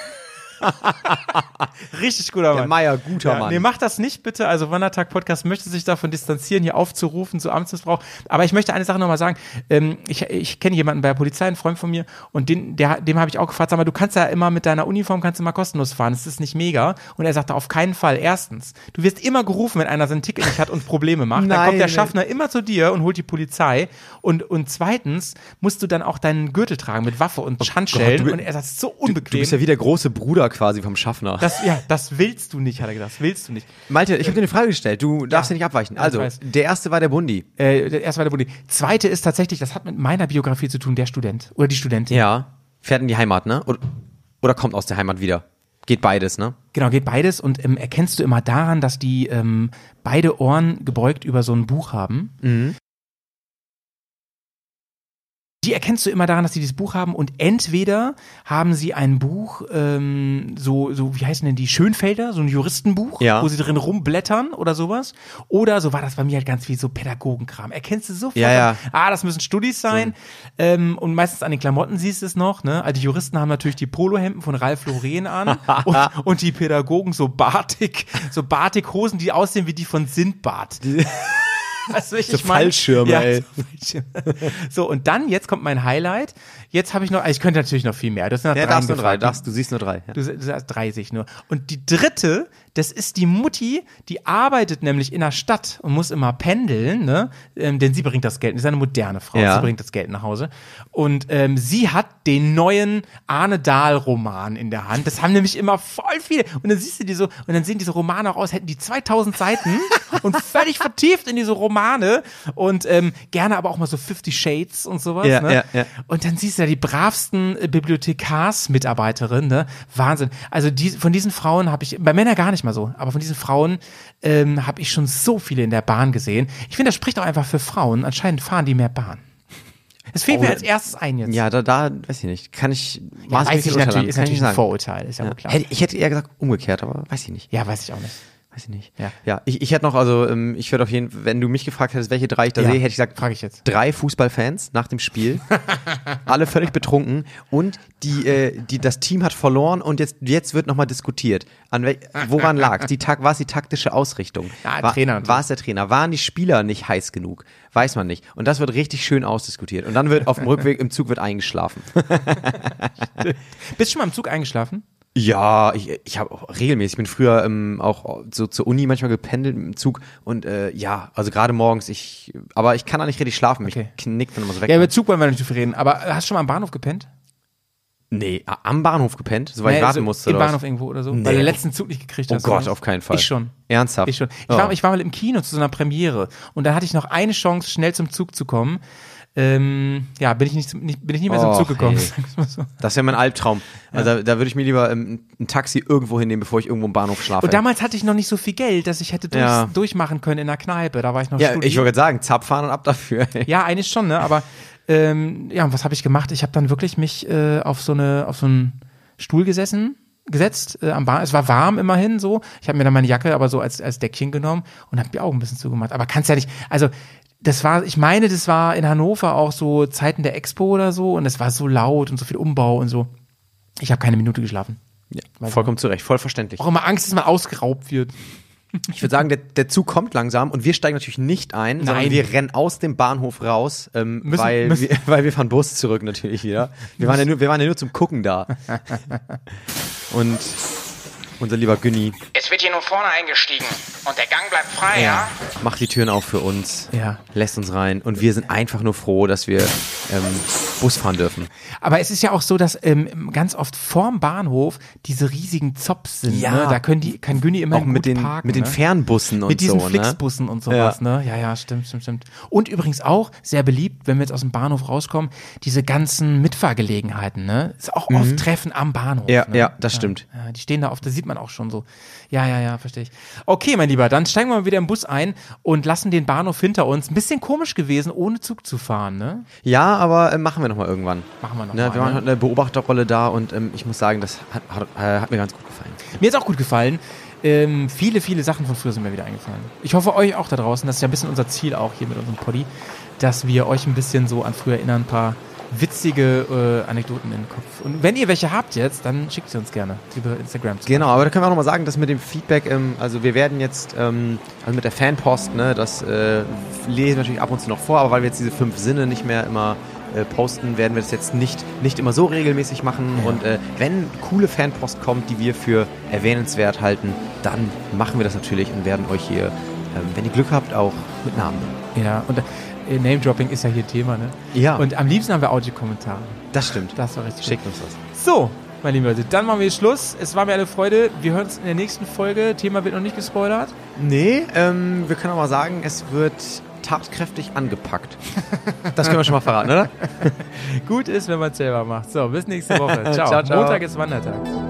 Richtig guter Mann. Der Meier, guter Ja, Mann. nee, macht das nicht bitte. Also Wandertag Podcast möchte sich davon distanzieren, hier aufzurufen zu Amtsmissbrauch. Aber ich möchte eine Sache nochmal sagen. Ähm, ich ich kenne jemanden bei der Polizei, einen Freund von mir, und den, der, dem habe ich auch gefragt, sag mal, du kannst ja immer mit deiner Uniform, kannst du mal kostenlos fahren. Das ist nicht mega. Und er sagte, auf keinen Fall. Erstens, du wirst immer gerufen, wenn einer sein Ticket nicht hat und Probleme macht. Dann Nein, kommt der ey. Schaffner immer zu dir und holt die Polizei. Und, und zweitens musst du dann auch deinen Gürtel tragen mit Waffe und Handschellen. du- und er sagt, es ist so Du unbequem. bist ja wie der große Bruder quasi vom Schaffner. das, ja, das willst du nicht, hat er gesagt. Das willst du nicht. Malte, ich habe dir eine Frage gestellt. Du darfst ja nicht abweichen. Ja, ich Also, weiß. der erste war der Bundi. Äh, der erste war der Bund. Zweite ist tatsächlich, das hat mit meiner Biografie zu tun, der Student oder die Studentin. Ja. Fährt in die Heimat, ne? Oder, oder kommt aus der Heimat wieder. Geht beides, ne? Genau, geht beides und ähm, erkennst du immer daran, dass die ähm, beide Ohren gebeugt über so ein Buch haben. Mhm. Die erkennst du immer daran, dass sie dieses Buch haben und entweder haben sie ein Buch, ähm, so, so, wie heißen denn die, Schönfelder, so ein Juristenbuch, Ja. wo sie drin rumblättern oder sowas. Oder, so war das bei mir halt ganz wie so Pädagogenkram. Erkennst du sofort, Ja, ja. ah, das müssen Studis sein. Ähm, und meistens an den Klamotten siehst du es noch, ne? Also die Juristen haben natürlich die Polohemden von Ralph Lauren an und, und die Pädagogen so Batik, so Batikhosen, die aussehen wie die von Sindbad. Weißt du, ich So ich mein? Fallschirme, ja, ey. So, Fallschirme. So, und dann, jetzt kommt mein Highlight. Jetzt habe ich noch, also ich könnte natürlich noch viel mehr. Das sind noch Ja, drei darfst nur drei. gefragt. Darfst, du siehst nur drei. Ja. Du, du sagst dreißig nur. Und die dritte, das ist die Mutti, die arbeitet nämlich in der Stadt und muss immer pendeln, ne? Ähm, denn sie bringt das Geld. Sie ist eine moderne Frau. Ja. Sie bringt das Geld nach Hause. Und ähm, sie hat den neuen Arne Dahl-Roman in der Hand. Das haben nämlich immer voll viele. Und dann siehst du die so, und dann sehen diese Romane auch aus, hätten die zweitausend Seiten und völlig vertieft in diese Romane. Und ähm, gerne aber auch mal so Fifty Shades und sowas. Ja, ne? ja, ja. Und dann siehst du ja die bravsten äh, Bibliothekarsmitarbeiterinnen, ne? Wahnsinn. Also die, von diesen Frauen habe ich, bei Männern gar nicht mal so, aber von diesen Frauen ähm, habe ich schon so viele in der Bahn gesehen. Ich finde, das spricht auch einfach für Frauen. Anscheinend fahren die mehr Bahn. Es fällt Oh, mir als erstes ein jetzt. Ja, da, da, weiß ich nicht. Kann ich, ja, maß weiß mich ich nicht natürlich, urteilen, ist kann ich natürlich nicht ein sagen. Vorurteil, ist ja, Ja. wohl klar. Hätte, ich hätte eher gesagt umgekehrt, aber weiß ich nicht. Ja, weiß ich auch nicht. Weiß ich nicht. Ja. Ja, ich, ich hätte noch, also ähm, ich würde auf jeden Fall, wenn du mich gefragt hättest, welche drei ich da Ja, sehe, hätte ich gesagt, frag ich jetzt. drei Fußballfans nach dem Spiel, alle völlig betrunken und die, äh, die, das Team hat verloren und jetzt, jetzt wird nochmal diskutiert. An wel, woran lag die Tak, war es die taktische Ausrichtung? Ja, war, Trainer natürlich. war es der Trainer? Waren die Spieler nicht heiß genug? Weiß man nicht. Und das wird richtig schön ausdiskutiert. Und dann wird auf dem Rückweg im Zug wird eingeschlafen. Bist du schon mal im Zug eingeschlafen? Ja, ich, ich habe auch regelmäßig, ich bin früher ähm, auch so zur Uni manchmal gependelt im Zug und äh, ja, also gerade morgens, ich, aber ich kann da nicht richtig schlafen, Okay. ich knick dann immer so weg. Ja, über Zug wollen wir nicht so viel reden, aber hast du schon mal am Bahnhof gepennt? Nee, a- am Bahnhof gepennt, so weil Nee, ich warten so musste. Im oder was? Bahnhof irgendwo oder so? Nee. Weil du den letzten Zug nicht gekriegt Oh hast. Gott, oder? auf keinen Fall. Ich schon. Ernsthaft? Ich schon. Ich, Oh. war, ich war mal im Kino zu so einer Premiere und da hatte ich noch eine Chance, schnell zum Zug zu kommen. Ähm, ja, bin ich nicht, zum- nicht, bin ich nicht mehr zum Och, Zug gekommen. ey. Sag's mal so. Das wäre mein Albtraum. Also da, da würde ich mir lieber ähm, ein Taxi irgendwo hinnehmen, bevor ich irgendwo im Bahnhof schlafe. Und damals hatte ich noch nicht so viel Geld, dass ich hätte durch, Ja. durchmachen können in der Kneipe. Da war ich noch ja, Student. ich wollte gerade sagen, Zap fahren und ab dafür. Ey. Ja, eigentlich schon, ne? Aber ähm, ja, und was habe ich gemacht? Ich habe dann wirklich mich äh, auf so eine auf so einen Stuhl gesessen, gesetzt äh, am Bahn. Es war warm immerhin so. Ich habe mir dann meine Jacke aber so als als Deckchen genommen und habe die Augen ein bisschen zugemacht. Aber kannst ja nicht. Also das war, ich meine, das war in Hannover auch so Zeiten der Expo oder so und es war so laut und so viel Umbau und so. Ich habe keine Minute geschlafen. Ja, Weiß vollkommen zurecht, voll verständlich. Auch immer Angst, dass man ausgeraubt wird. Ich würde sagen, der, der Zug kommt langsam und wir steigen natürlich nicht ein, sondern Nein. wir rennen aus dem Bahnhof raus, ähm, Müssen- weil, müssen- wir, weil wir fahren Bus zurück natürlich wieder. Wir waren ja nur, wir waren ja nur zum Gucken da. Und unser lieber Günni Es wird hier nur vorne eingestiegen und der Gang bleibt frei, ja? macht die Türen auf für uns, Ja. lässt uns rein und wir sind einfach nur froh, dass wir ähm, Bus fahren dürfen. Aber es ist ja auch so, dass ähm, ganz oft vorm Bahnhof diese riesigen Zops sind. Ja. Ne? Da können die, kann Günni immer Auch mit gut den, parken. mit den ne? Fernbussen und Mit diesen so. Flixbussen und sowas, ne? Ja, ja, stimmt, stimmt, stimmt. Und übrigens auch sehr beliebt, wenn wir jetzt aus dem Bahnhof rauskommen, diese ganzen Mitfahrgelegenheiten, ne? Ist auch oft Treffen am Bahnhof. Mhm. Ja, ne? ja, das stimmt. Ja, die stehen da oft, das sieht man auch schon so. Ja, ja, ja, verstehe ich. Okay, mein Lieber, dann steigen wir mal wieder im Bus ein und lassen den Bahnhof hinter uns. Ein bisschen komisch gewesen, ohne Zug zu fahren, ne? Ja, aber äh, machen wir nochmal irgendwann. Machen wir noch Ne, mal, wir waren ne? halt eine Beobachterrolle da und ähm, ich muss sagen, das hat, hat, äh, hat mir ganz gut gefallen. Mir ist auch gut gefallen. Ähm, viele, viele Sachen von früher sind mir wieder eingefallen. Ich hoffe, euch auch da draußen. Das ist ja ein bisschen unser Ziel auch hier mit unserem Poddy, dass wir euch ein bisschen so an früher erinnern, ein paar witzige äh, Anekdoten in den Kopf. Und wenn ihr welche habt jetzt, dann schickt sie uns gerne über Instagram. zum Genau, aber da können wir auch nochmal sagen, dass mit dem Feedback, ähm, also wir werden jetzt, ähm, also mit der Fanpost, ne, das äh, lesen wir natürlich ab und zu noch vor, aber weil wir jetzt diese fünf Sinne nicht mehr immer äh, posten, werden wir das jetzt nicht, nicht immer so regelmäßig machen. Ja. Und äh, wenn coole Fanpost kommt, die wir für erwähnenswert halten, dann machen wir das natürlich und werden euch hier, ähm, wenn ihr Glück habt, auch mit Namen nennen. Ja, und äh, Name-Dropping ist ja hier Thema, ne? Ja. Und am liebsten haben wir Audiokommentare. Das stimmt. Das war richtig gut. Schickt uns das. So, meine lieben Leute, dann machen wir Schluss. Es war mir eine Freude. Wir hören uns in der nächsten Folge. Thema wird noch nicht gespoilert. Nee, ähm, wir können auch mal sagen, es wird tatkräftig angepackt. Das können wir schon mal verraten, oder? Gut ist, wenn man es selber macht. So, bis nächste Woche. Ciao. Ciao, ciao. Montag ist Wandertag.